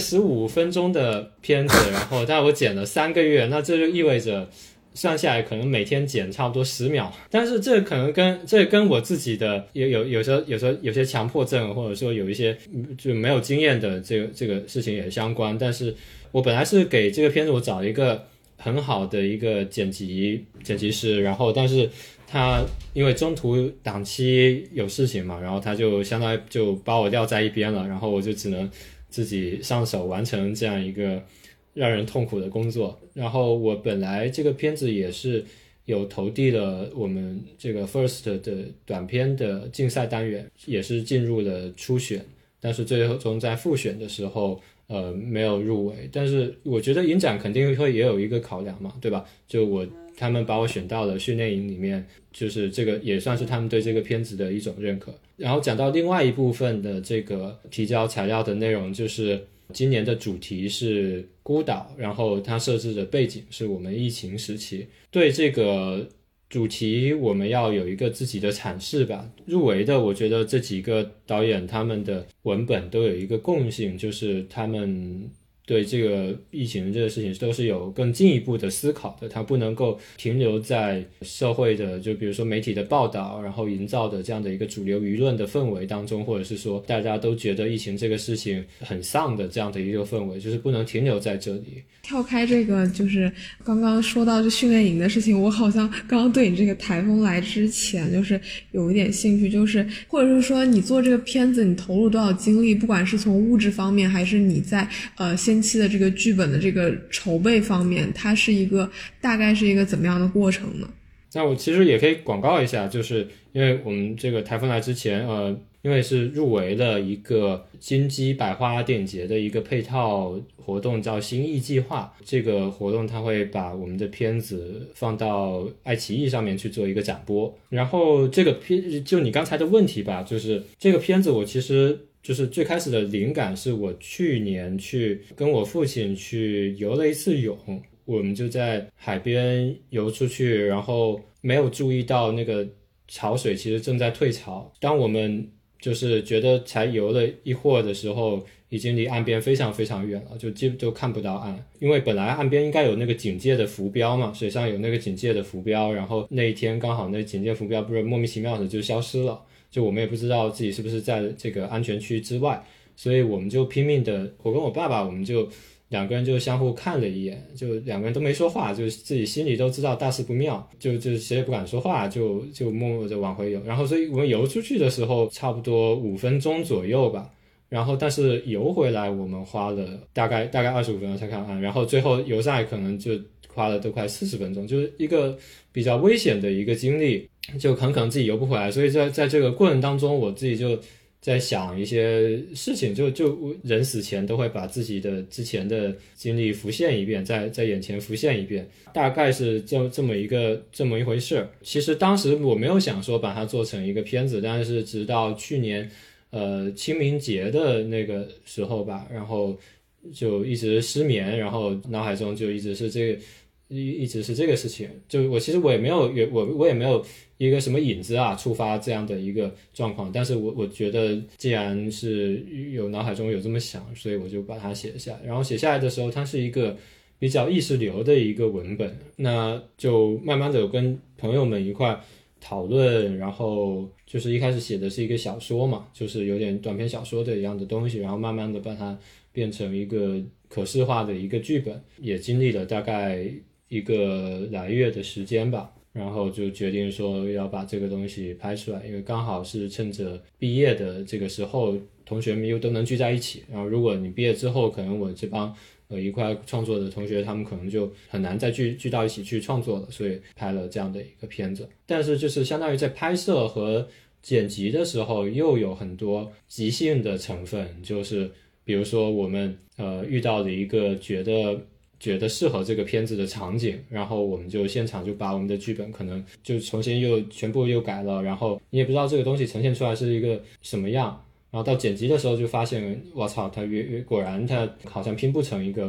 15分钟的片子，然后但我剪了3个月，那这就意味着算下来可能每天剪差不多10秒，但是这可能跟我自己的有时候有些强迫症，或者说有一些就没有经验的这个事情也相关。但是我本来是给这个片子我找了一个很好的一个剪辑师，然后但是他因为中途档期有事情嘛，然后他就相当于就把我撂在一边了，然后我就只能自己上手完成这样一个让人痛苦的工作。然后我本来这个片子也是有投递了我们这个 First 的短片的竞赛单元，也是进入了初选，但是最终在复选的时候没有入围。但是我觉得影展肯定会也有一个考量嘛，对吧？就他们把我选到了训练营里面，就是这个也算是他们对这个片子的一种认可。然后讲到另外一部分的这个提交材料的内容，就是今年的主题是孤岛，然后它设置的背景是我们疫情时期。对这个主题我们要有一个自己的阐释吧。入围的我觉得这几个导演他们的文本都有一个共性，就是他们对这个疫情这个事情都是有更进一步的思考的，它不能够停留在社会的就比如说媒体的报道，然后营造的这样的一个主流舆论的氛围当中，或者是说大家都觉得疫情这个事情很丧的这样的一个氛围，就是不能停留在这里。 跳开这个就是刚刚说到这训练营的事情，我好像刚刚对你这个台风来之前就是有一点兴趣，就是或者是说你做这个片子你投入多少精力，不管是从物质方面还是你在先期的这个剧本的这个筹备方面，它是大概是一个怎么样的过程呢？ 那我其实也可以广告一下，就是因为我们这个台风来之前因为是入围了一个金鸡百花电影节的一个配套活动叫新艺计划，这个活动它会把我们的片子放到爱奇艺上面去做一个展播。然后这个片就你刚才的问题吧，就是这个片子我其实就是最开始的灵感是我去年去跟我父亲去游了一次泳，我们就在海边游出去，然后没有注意到那个潮水其实正在退潮，当我们就是觉得才游了一会儿的时候，已经离岸边非常非常远了，就基本就看不到岸。因为本来岸边应该有那个警戒的浮标嘛，水上有那个警戒的浮标，然后那一天刚好那警戒浮标不是莫名其妙的就消失了，就我们也不知道自己是不是在这个安全区之外，所以我们就拼命的，我跟我爸爸我们就两个人就相互看了一眼，就两个人都没说话，就自己心里都知道大事不妙，就谁也不敢说话，就默默的往回游。然后所以我们游出去的时候差不多5分钟左右吧，然后但是游回来我们花了大概25分钟才看岸，然后最后游上来可能就花了都快40分钟，就是一个比较危险的一个经历，就很可能自己游不回来。所以在这个过程当中我自己就在想一些事情，就人死前都会把自己的之前的经历浮现一遍，在眼前浮现一遍，大概是这么一回事。其实当时我没有想说把它做成一个片子，但是直到去年清明节的那个时候吧，然后就一直失眠，然后脑海中就一直是这个事情。就我其实我也没有一个什么引子啊触发这样的一个状况，但是我觉得既然是脑海中有这么想，所以我就把它写下来。然后写下来的时候它是一个比较意识流的一个文本，那就慢慢的跟朋友们一块讨论，然后就是一开始写的是一个小说嘛，就是有点短篇小说的一样的东西，然后慢慢的把它变成一个可视化的一个剧本，也经历了大概1个来月的时间吧，然后就决定说要把这个东西拍出来，因为刚好是趁着毕业的这个时候，同学们又都能聚在一起，然后如果你毕业之后，可能我这帮一块创作的同学，他们可能就很难再聚到一起去创作了，所以拍了这样的一个片子。但是就是相当于在拍摄和剪辑的时候又有很多即兴的成分，就是比如说我们遇到了一个觉得适合这个片子的场景，然后我们就现场就把我们的剧本可能就重新全部改了，然后你也不知道这个东西呈现出来是一个什么样，然后到剪辑的时候就发现我操，它果然它好像拼不成一个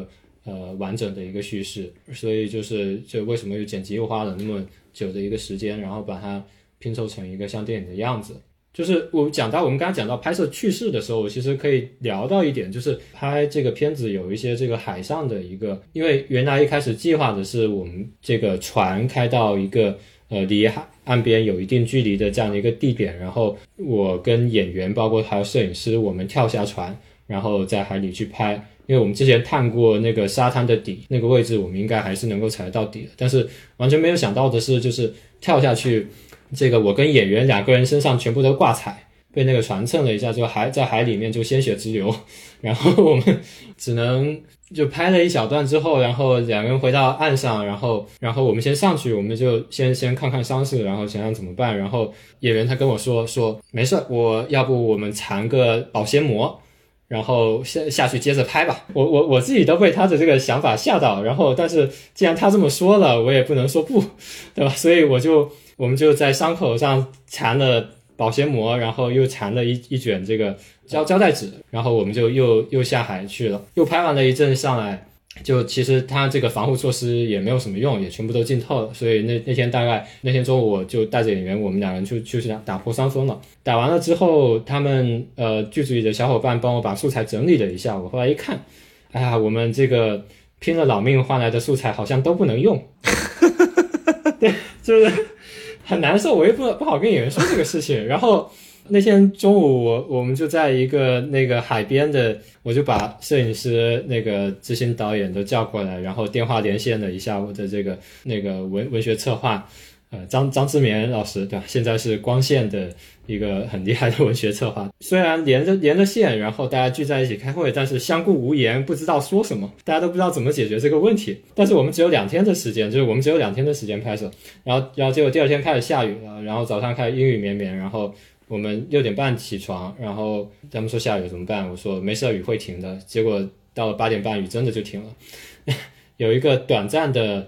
完整的一个叙事，所以就为什么有剪辑又花了那么久的一个时间，然后把它拼凑成一个像电影的样子。就是我们刚刚讲到拍摄趣事的时候，我其实可以聊到一点，就是拍这个片子有一些这个海上的一个，因为原来一开始计划的是我们这个船开到一个离岸边有一定距离的这样的一个地点，然后我跟演员包括还有摄影师，我们跳下船，然后在海里去拍。因为我们之前探过那个沙滩的底，那个位置我们应该还是能够踩到底的，但是完全没有想到的是，就是跳下去，这个我跟演员2个人身上全部都挂彩，被那个船蹭了一下，就在海里面就鲜血直流，然后我们只能就拍了一小段之后，然后2个人回到岸上，然后我们先上去，我们就先看看伤势，然后想想怎么办。然后演员他跟我说没事，要不我们缠个保鲜膜，然后下去接着拍吧。我自己都被他的这个想法吓到，然后但是既然他这么说了，我也不能说不，对吧？所以我们就在伤口上缠了保鲜膜，然后又缠了一卷这个胶带纸，然后我们就又下海去了，又拍完了一阵上来，就其实它这个防护措施也没有什么用，也全部都浸透了，所以那天中午我就带着演员，我们2人去打破伤风了。打完了之后，他们剧组里的小伙伴帮我把素材整理了一下，我后来一看，哎呀，我们这个拼了老命换来的素材好像都不能用，对，就是很难受，我也不好跟演员说这个事情。然后那天中午我们就在一个那个海边的，我就把摄影师那个执行导演都叫过来，然后电话连线了一下我的这个那个文学策划张志勉老师，对吧？现在是光线的一个很厉害的文学策划。虽然连着线，然后大家聚在一起开会，但是相顾无言，不知道说什么，大家都不知道怎么解决这个问题。但是我们只有2天的时间，就是我们只有2天的时间拍摄，然后结果第2天开始下雨了，然后早上开始阴雨绵绵，然后我们6点半起床，然后他们说下雨怎么办？我说没事，雨会停的。结果到了8点半，雨真的就停了。有一个短暂的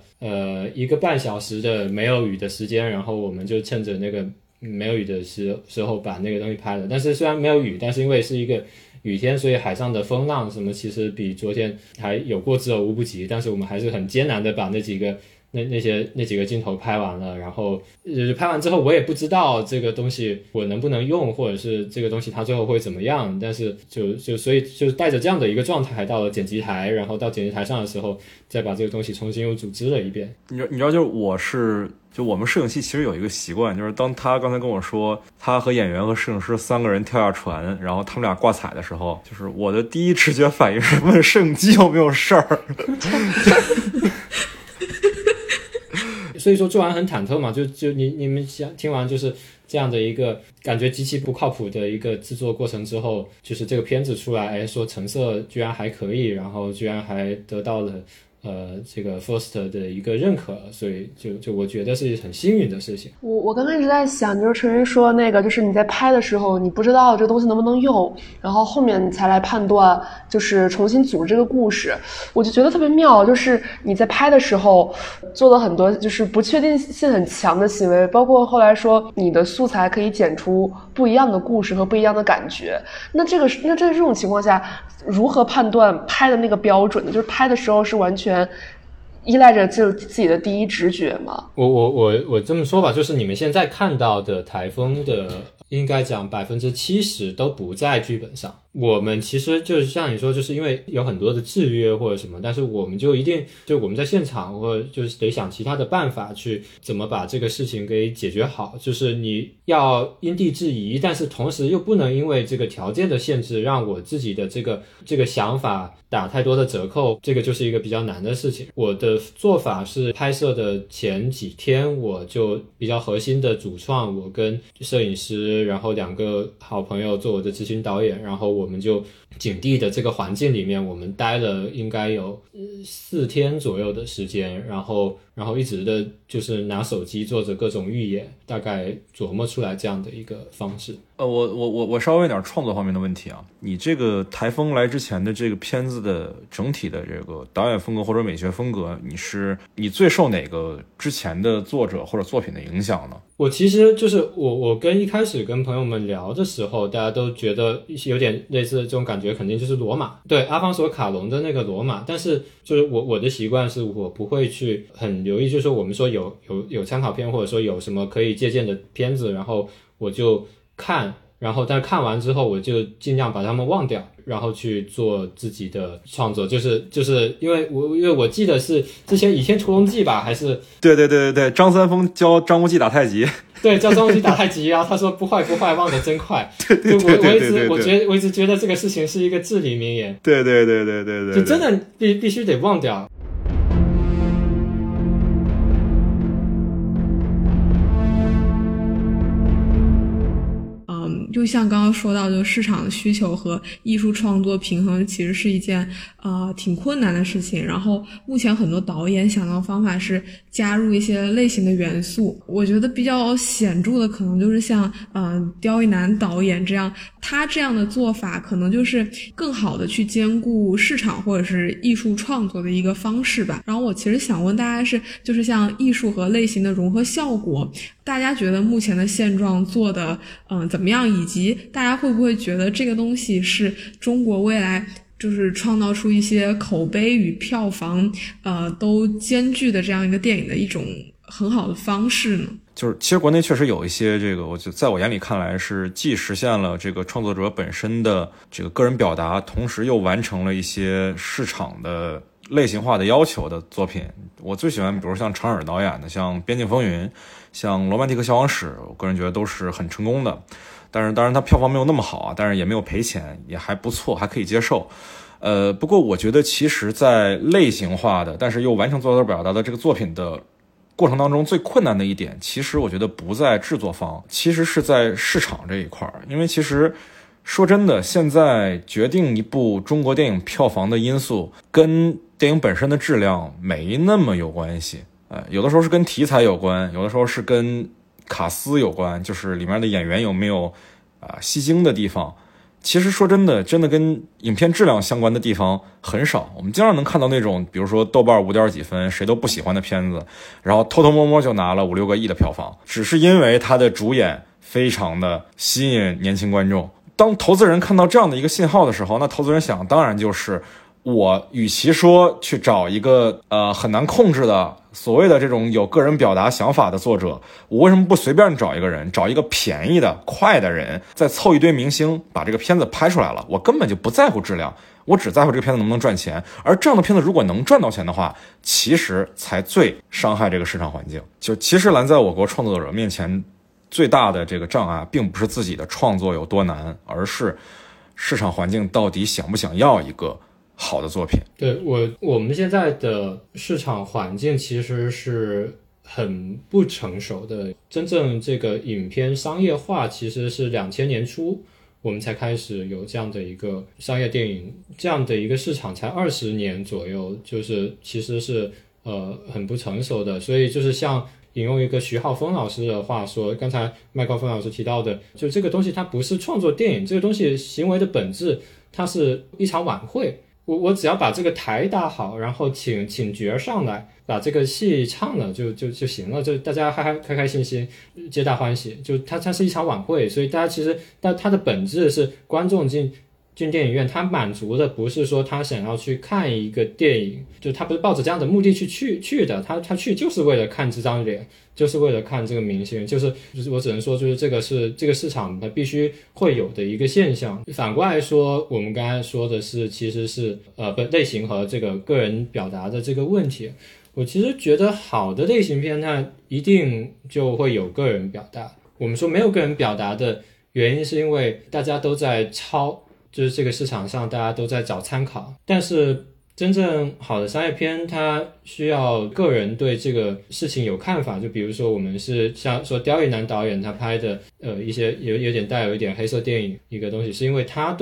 1个半小时的没有雨的时间，然后我们就趁着那个没有雨的时候把那个东西拍了。但是虽然没有雨，但是因为是一个雨天，所以海上的风浪什么其实比昨天还有过之而无不及。但是我们还是很艰难的把那几个镜头拍完了，然后拍完之后我也不知道这个东西我能不能用，或者是这个东西它最后会怎么样，但是所以就带着这样的一个状态到了剪辑台，然后到剪辑台上的时候再把这个东西重新又组织了一遍。 你知道就我们摄影系其实有一个习惯，就是当他刚才跟我说他和演员和摄影师3个人跳下船，然后他们俩挂彩的时候，就是我的第一直觉反应是问摄影机有没有事儿。 所以说做完很忐忑嘛，就你们听完就是这样的一个感觉极其不靠谱的一个制作过程之后，就是这个片子出来，哎，说成色居然还可以，然后居然还得到了这个 First 的一个认可，所以就我觉得是很幸运的事情。 我刚刚一直在想，就是陈云说那个，就是你在拍的时候，你不知道这个东西能不能用，然后后面你才来判断，就是重新组织这个故事。我就觉得特别妙，就是你在拍的时候做了很多就是不确定性很强的行为，包括后来说你的素材可以剪出不一样的故事和不一样的感觉。那这种情况下，如何判断拍的那个标准呢？就是拍的时候是完全依赖着就自己的第一直觉吗？ 我这么说吧，就是你们现在看到的台风的，应该讲70%都不在剧本上。我们其实就是像你说，就是因为有很多的制约或者什么，但是我们就一定就我们在现场或者就是得想其他的办法去怎么把这个事情给解决好。就是你要因地制宜，但是同时又不能因为这个条件的限制让我自己的这个想法打太多的折扣，这个就是一个比较难的事情。我的做法是拍摄的前几天我就比较核心的主创，我跟摄影师，然后2个好朋友做我的执行导演，然后我们就景地的这个环境里面，我们待了应该有4天左右的时间，然后一直的就是拿手机做着各种预演，大概琢磨出来这样的一个方式。 我稍微有点创作方面的问题啊。你这个台风来之前的这个片子的整体的这个导演风格或者美学风格，你最受哪个之前的作者或者作品的影响呢？ 我其实就是我跟一开始跟朋友们聊的时候，大家都觉得有点类似这种感觉，肯定就是罗马，对，阿方索卡隆的那个罗马。但是就是我的习惯是我不会去很留意，就是说我们说有参考片或者说有什么可以借鉴的片子，然后我就看，然后但看完之后我就尽量把它们忘掉，然后去做自己的创作。就是因为我记得是之前《倚天屠龙记》吧，还是对，张三丰教张无忌打太极， 对，教张无忌打太极啊，他说不坏，忘得真快。 对， 我一直觉得这个事情是一个至理名言。 对， 就真的必须得忘掉。 就像刚刚说到，就市场的需求和艺术创作平衡其实是一件挺困难的事情。然后目前很多导演想到的方法是加入一些类型的元素。我觉得比较显著的可能就是像刁亦男导演这样，他这样的做法可能就是更好的去兼顾市场或者是艺术创作的一个方式吧。然后我其实想问大家就是像艺术和类型的融合效果，大家觉得目前的现状做的怎么样，以及大家会不会觉得这个东西是中国未来就是创造出一些口碑与票房都兼具的这样一个电影的一种很好的方式呢？ 就是其实国内确实有一些这个，在我眼里看来是既实现了这个创作者本身的这个个人表达，同时又完成了一些市场的类型化的要求的作品。我最喜欢比如像常尔导演的像《边境风云》，像《罗曼蒂克消亡史》，我个人觉得都是很成功的。但是当然它票房没有那么好啊，但是也没有赔钱，也还不错，还可以接受。不过我觉得其实在类型化的但是又完成作者表达的这个作品的过程当中，最困难的一点其实我觉得不在制作方，其实是在市场这一块。因为其实说真的，现在决定一部中国电影票房的因素跟电影本身的质量没那么有关系。有的时候是跟题材有关，有的时候是跟卡斯有关，就是里面的演员有没有吸睛的地方。其实说真的跟影片质量相关的地方很少。我们经常能看到那种比如说豆瓣5点几分谁都不喜欢的片子，然后偷偷摸摸就拿了5-6个亿的票房，只是因为他的主演非常的吸引年轻观众。当投资人看到这样的一个信号的时候，那投资人想当然就是我与其说去找一个很难控制的所谓的这种有个人表达想法的作者，我为什么不随便找一个人，找一个便宜的快的人，再凑一堆明星把这个片子拍出来了？我根本就不在乎质量，我只在乎这个片子能不能赚钱。而这样的片子如果能赚到钱的话，其实才最伤害这个市场环境。就其实拦在我国创作者面前最大的这个障碍并不是自己的创作有多难，而是市场环境到底想不想要一个好的作品。 对，我们现在的市场环境其实是很不成熟的。真正这个影片商业化其实是2000年初我们才开始有这样的一个商业电影，这样的一个市场才20年左右，就是其实是很不成熟的。所以就是像引用一个徐浩峰老师的话说，刚才麦高芬老师提到的，就这个东西它不是创作电影，这个东西行为的本质它是一场晚会。我只要把这个台打好，然后请角上来，把这个戏唱了就行了，就大家开开心心，皆大欢喜。就它是一场晚会，所以大家其实它的本质是观众进电影院，他满足的不是说他想要去看一个电影，就他不是抱着这样的目的去的，他去就是为了看这张脸，就是为了看这个明星，就是我只能说，就是这个是这个市场它必须会有的一个现象。反过来说，我们刚才说的是其实是类型和这个个人表达的这个问题。我其实觉得好的类型片它一定就会有个人表达。我们说没有个人表达的原因是因为大家都在抄，就是这个市场上大家都在找参考，但是真正好的商业片它需要个人对这个事情有看法。就比如说我们是像说刁亦男导演他拍的一些有点带有一点黑色电影一个东西，是因为他对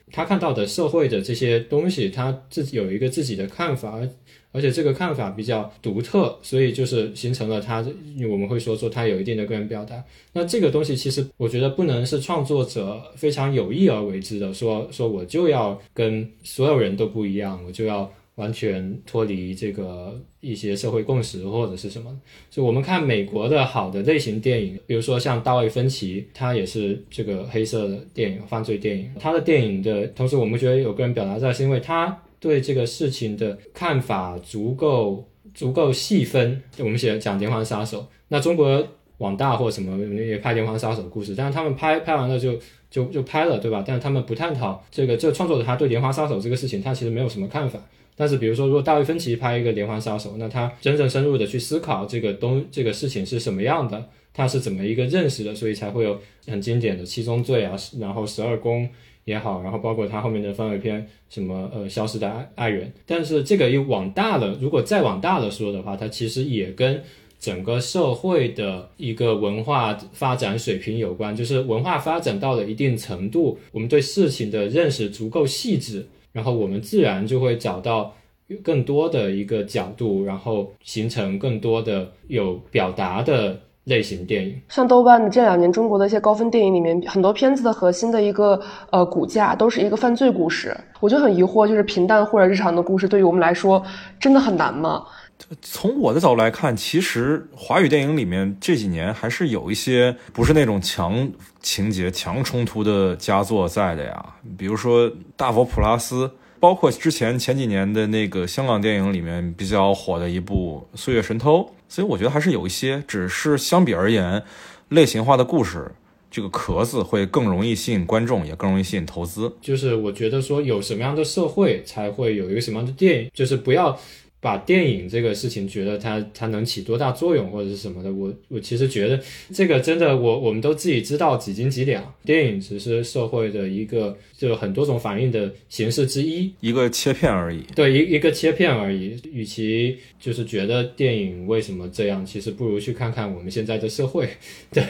他看到的社会的这些东西，他自己有一个自己的看法，而且这个看法比较独特，所以就是形成了他，我们会说他有一定的个人表达。那这个东西其实我觉得不能是创作者非常有意而为之的，说我就要跟所有人都不一样，我就要完全脱离这个一些社会共识或者是什么。所以我们看美国的好的类型电影，比如说像大卫芬奇，他也是这个黑色的电影，犯罪电影，他的电影的同时我们觉得有个人表达在，是因为他对这个事情的看法足够细分。我们讲连环杀手，那中国网大或什么也拍连环杀手的故事，但是他们拍完了就拍了，对吧？但是他们不探讨这个创作者他对连环杀手这个事情他其实没有什么看法。但是比如说如果大卫芬奇拍一个连环杀手，那他真正深入的去思考这个事情是什么样的，他是怎么一个认识的，所以才会有很经典的七宗罪啊，然后12宫也好，然后包括他后面的番外篇什么消失的爱人。但是这个又往大了，如果再往大了说的话，它其实也跟整个社会的一个文化发展水平有关，就是文化发展到了一定程度，我们对事情的认识足够细致，然后我们自然就会找到更多的一个角度，然后形成更多的有表达的类型电影。 像豆瓣的这2年中国的一些高分电影里面，很多片子的核心的一个骨架都是一个犯罪故事。我就很疑惑，就是平淡或者日常的故事对于我们来说真的很难吗？ 从我的角度来看，其实华语电影里面这几年还是有一些不是那种强情节强冲突的佳作在的呀，比如说大佛普拉斯，包括前几年的那个香港电影里面比较火的一部《岁月神偷》，所以我觉得还是有一些，只是相比而言类型化的故事这个壳子会更容易吸引观众，也更容易吸引投资。 就是我觉得说有什么样的社会才会有一个什么样的电影，就是不要把电影这个事情觉得它能起多大作用或者是什么的。我其实觉得这个真的我们都自己知道几斤几两，电影只是社会的一个就很多种反应的形式之一， 一个切片而已。 对，一个切片而已。与其就是觉得电影为什么这样，其实不如去看看我们现在的社会。对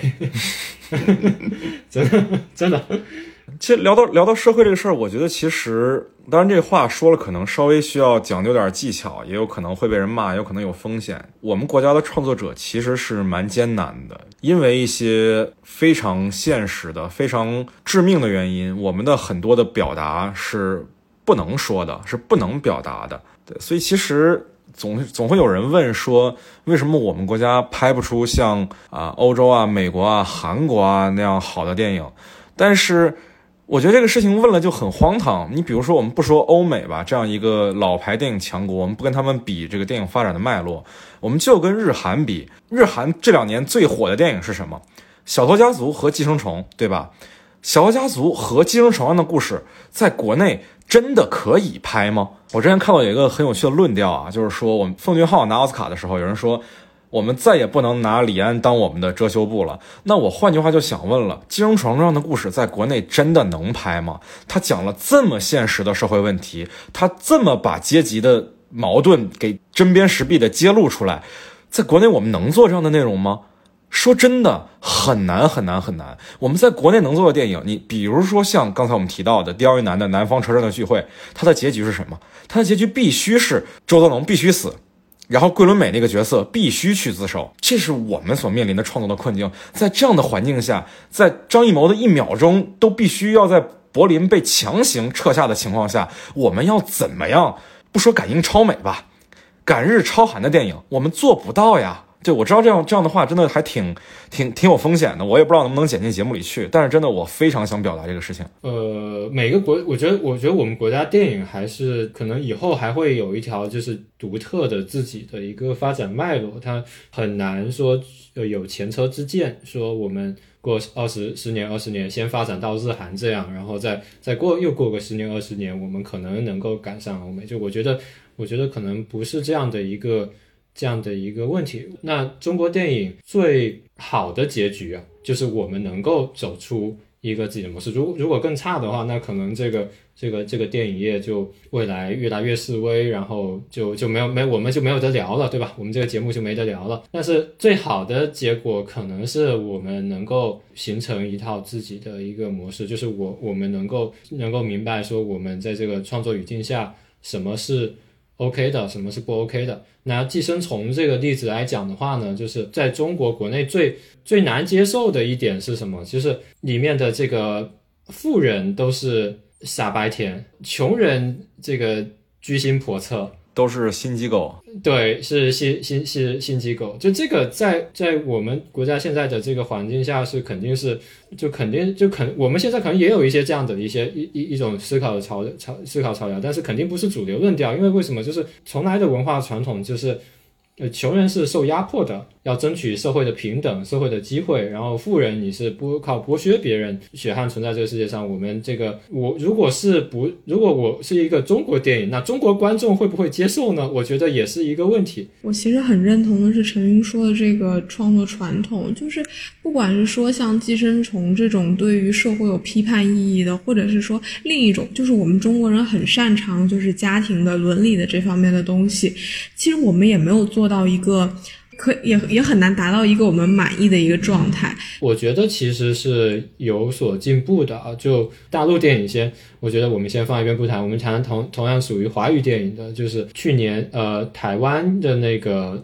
真的其实聊到社会这个事儿，我觉得其实当然这话说了可能稍微需要讲究点技巧，也有可能会被人骂，也有可能有风险。我们国家的创作者其实是蛮艰难的，因为一些非常现实的非常致命的原因，我们的很多的表达是不能说的，是不能表达的。对，所以其实总会有人问说，为什么我们国家拍不出像欧洲啊、美国啊、韩国啊那样好的电影？但是我觉得这个事情问了就很荒唐。你比如说我们不说欧美吧，这样一个老牌电影强国，我们不跟他们比这个电影发展的脉络，我们就跟日韩比。日韩这2年最火的电影是什么？小偷家族和寄生虫，对吧？小偷家族和寄生虫的故事在国内真的可以拍吗？我之前看到有一个很有趣的论调啊，就是说我们奉俊昊拿奥斯卡的时候，有人说我们再也不能拿李安当我们的遮羞布了。那我换句话就想问了，寄生虫这样的故事在国内真的能拍吗？他讲了这么现实的社会问题，他这么把阶级的矛盾给针砭时弊的揭露出来，在国内我们能做这样的内容吗？说真的很难很难很难。我们在国内能做的电影，你比如说像刚才我们提到的第2一男的南方车站的聚会，它的结局是什么？它的结局必须是周德龙必须死，然后桂纶镁那个角色必须去自首。这是我们所面临的创作的困境。在这样的环境下，在张艺谋的1秒钟都必须要在柏林被强行撤下的情况下，我们要怎么样不说赶英超美吧，赶日超韩的电影我们做不到呀。对，我知道这样的话真的还挺有风险的，我也不知道能不能剪进节目里去，但是真的我非常想表达这个事情。 每个我觉得我们国家电影还是可能以后还会有一条就是独特的自己的一个发展脉络，它很难说有前车之鉴，说我们过10年20年先发展到日韩这样，然后再又过个10年20年，我们可能能够赶上欧美。就我觉得可能不是这样的一个问题。那中国电影最好的结局啊，就是我们能够走出一个自己的模式。如果更差的话，那可能这个电影业就未来越来越式微，然后就没有我们就没有得聊了，对吧？我们这个节目就没得聊了。但是最好的结果可能是我们能够形成一套自己的一个模式，就是我们能够明白说我们在这个创作语境下什么是 OK 的，什么是不 OK 的。拿寄生虫这个例子来讲的话呢，就是在中国国内最难接受的一点是什么？就是里面的这个富人都是傻白甜，穷人这个居心叵测， 都是新机构。 对，是新机构。就这个在我们国家现在的这个环境下是肯定是我们现在可能也有一些这样的一种思考潮流，但是肯定不是主流论调。因为为什么？就是从来的文化传统就是穷人是受压迫的，要争取社会的平等、社会的机会，然后富人你是不靠剥削别人血汗存在这个世界上。如果我是一个中国电影，那中国观众会不会接受呢？我觉得也是一个问题。 我其实很认同的是陈云说的这个创作传统，就是不管是说像寄生虫这种对于社会有批判意义的，或者是说另一种就是我们中国人很擅长就是家庭的伦理的这方面的东西，其实我们也没有做到一个也很难达到一个我们满意的一个状态。 我觉得其实是有所进步的啊。就大陆电影我觉得我们先放一边不谈，我们谈同样属于华语电影的，就是去年台湾的那个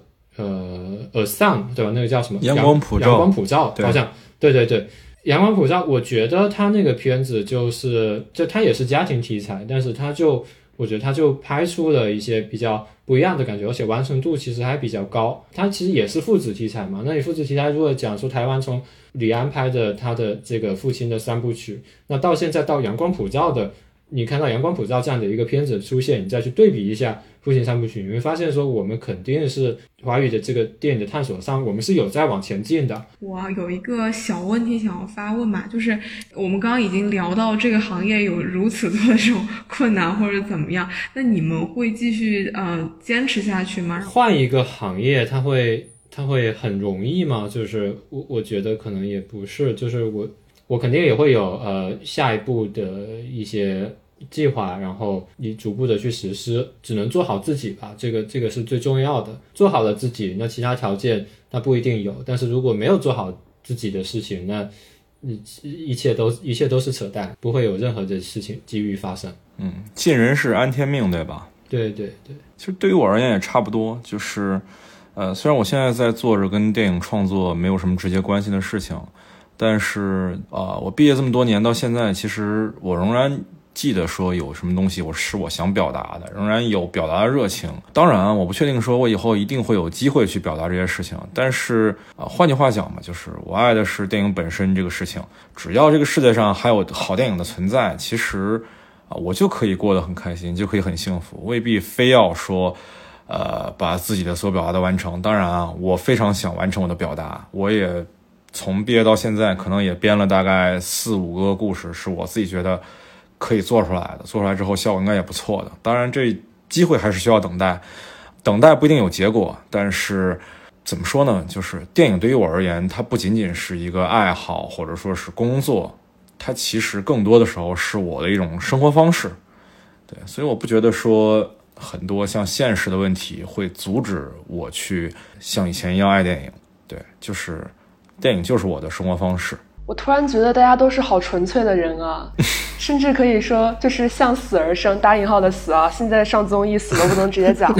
A Sun 对吧？那个叫什么？ 阳光普照， 好像对。阳光普照，我觉得他那个片子就他也是家庭题材，但是我觉得他就拍出了一些比较不一样的感觉，而且完成度其实还比较高。他其实也是父子题材嘛，那你父子题材如果讲说台湾从李安拍的他的这个父亲的三部曲，那到现在到阳光普照的，你看到阳光普照这样的一个片子出现，你再去对比一下父亲三部曲，你会发现说我们肯定是华语的这个电影的探索上，我们是有在往前进的。 我有一个小问题想要发问吧，就是我们刚刚已经聊到这个行业有如此多的这种困难或者怎么样，那你们会继续坚持下去吗？ 换一个行业它会很容易吗？就是我觉得可能也不是，就是我肯定也会有下一步的一些计划，然后你逐步的去实施，只能做好自己吧，这个是最重要的。做好了自己，那其他条件它不一定有，但是如果没有做好自己的事情，那一切都是扯淡，不会有任何的事情机遇发生。 尽人事安天命，对吧？ 对。 其实对于我而言也差不多，就是虽然我现在在做着跟电影创作没有什么直接关系的事情，但是我毕业这么多年到现在，其实我仍然记得说有什么东西是我想表达的，仍然有表达的热情。当然我不确定说我以后一定会有机会去表达这些事情，但是换句话讲嘛，就是我爱的是电影本身这个事情。只要这个世界上还有好电影的存在，其实我就可以过得很开心，就可以很幸福，未必非要说把自己的所表达的完成。当然我非常想完成我的表达，我也从毕业到现在可能也编了大概4-5个故事，是我自己觉得可以做出来的，做出来之后效果应该也不错的。当然这机会还是需要等待不一定有结果，但是怎么说呢，就是电影对于我而言，它不仅仅是一个爱好或者说是工作，它其实更多的时候是我的一种生活方式。对，所以我不觉得说很多像现实的问题会阻止我去像以前一样爱电影。对，就是电影就是我的生活方式。 我突然觉得大家都是好纯粹的人啊，甚至可以说就是向死而生，打引号的死啊，现在上综艺死都不能直接讲。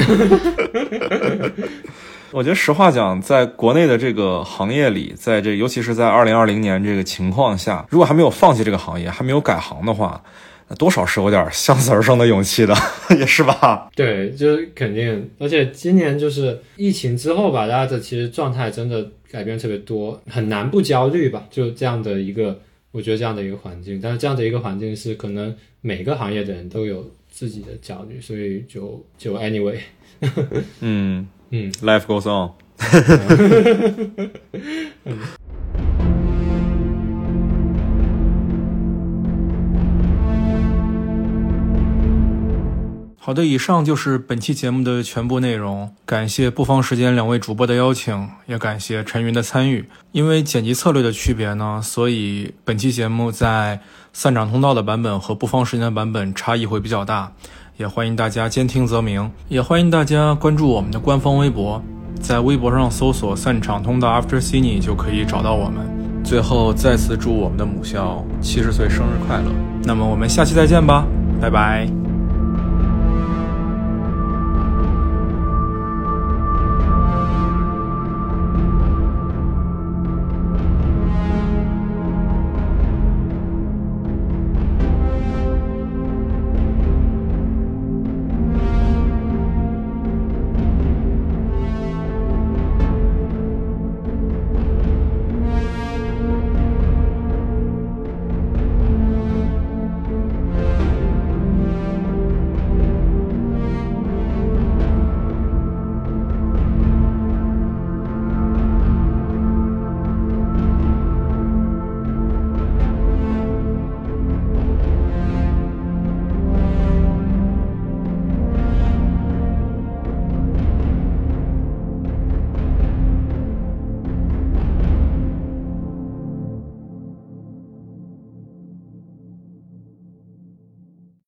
我觉得实话讲，在国内的这个行业里，尤其是在2020年这个情况下，如果还没有放弃这个行业，还没有改行的话，那多少是有点向死而生的勇气的，也是吧？ 对，就是肯定。而且今年就是疫情之后吧，大家的其实状态真的改变特别多，很难不焦虑吧？就这样的一个，我觉得这样的一个环境，但是这样的一个环境是可能每个行业的人都有自己的焦虑，所以就 anyway。 Life goes on。 好的，以上就是本期节目的全部内容。感谢不妨时间2位主播的邀请，也感谢陈云的参与。因为剪辑策略的区别呢，所以本期节目在散场通道的版本和不妨时间的版本差异会比较大，也欢迎大家兼听则明，也欢迎大家关注我们的官方微博，在微博上搜索散场通道 After Cine 就可以找到我们。最后再次祝我们的母校70岁生日快乐。那么我们下期再见吧，拜拜。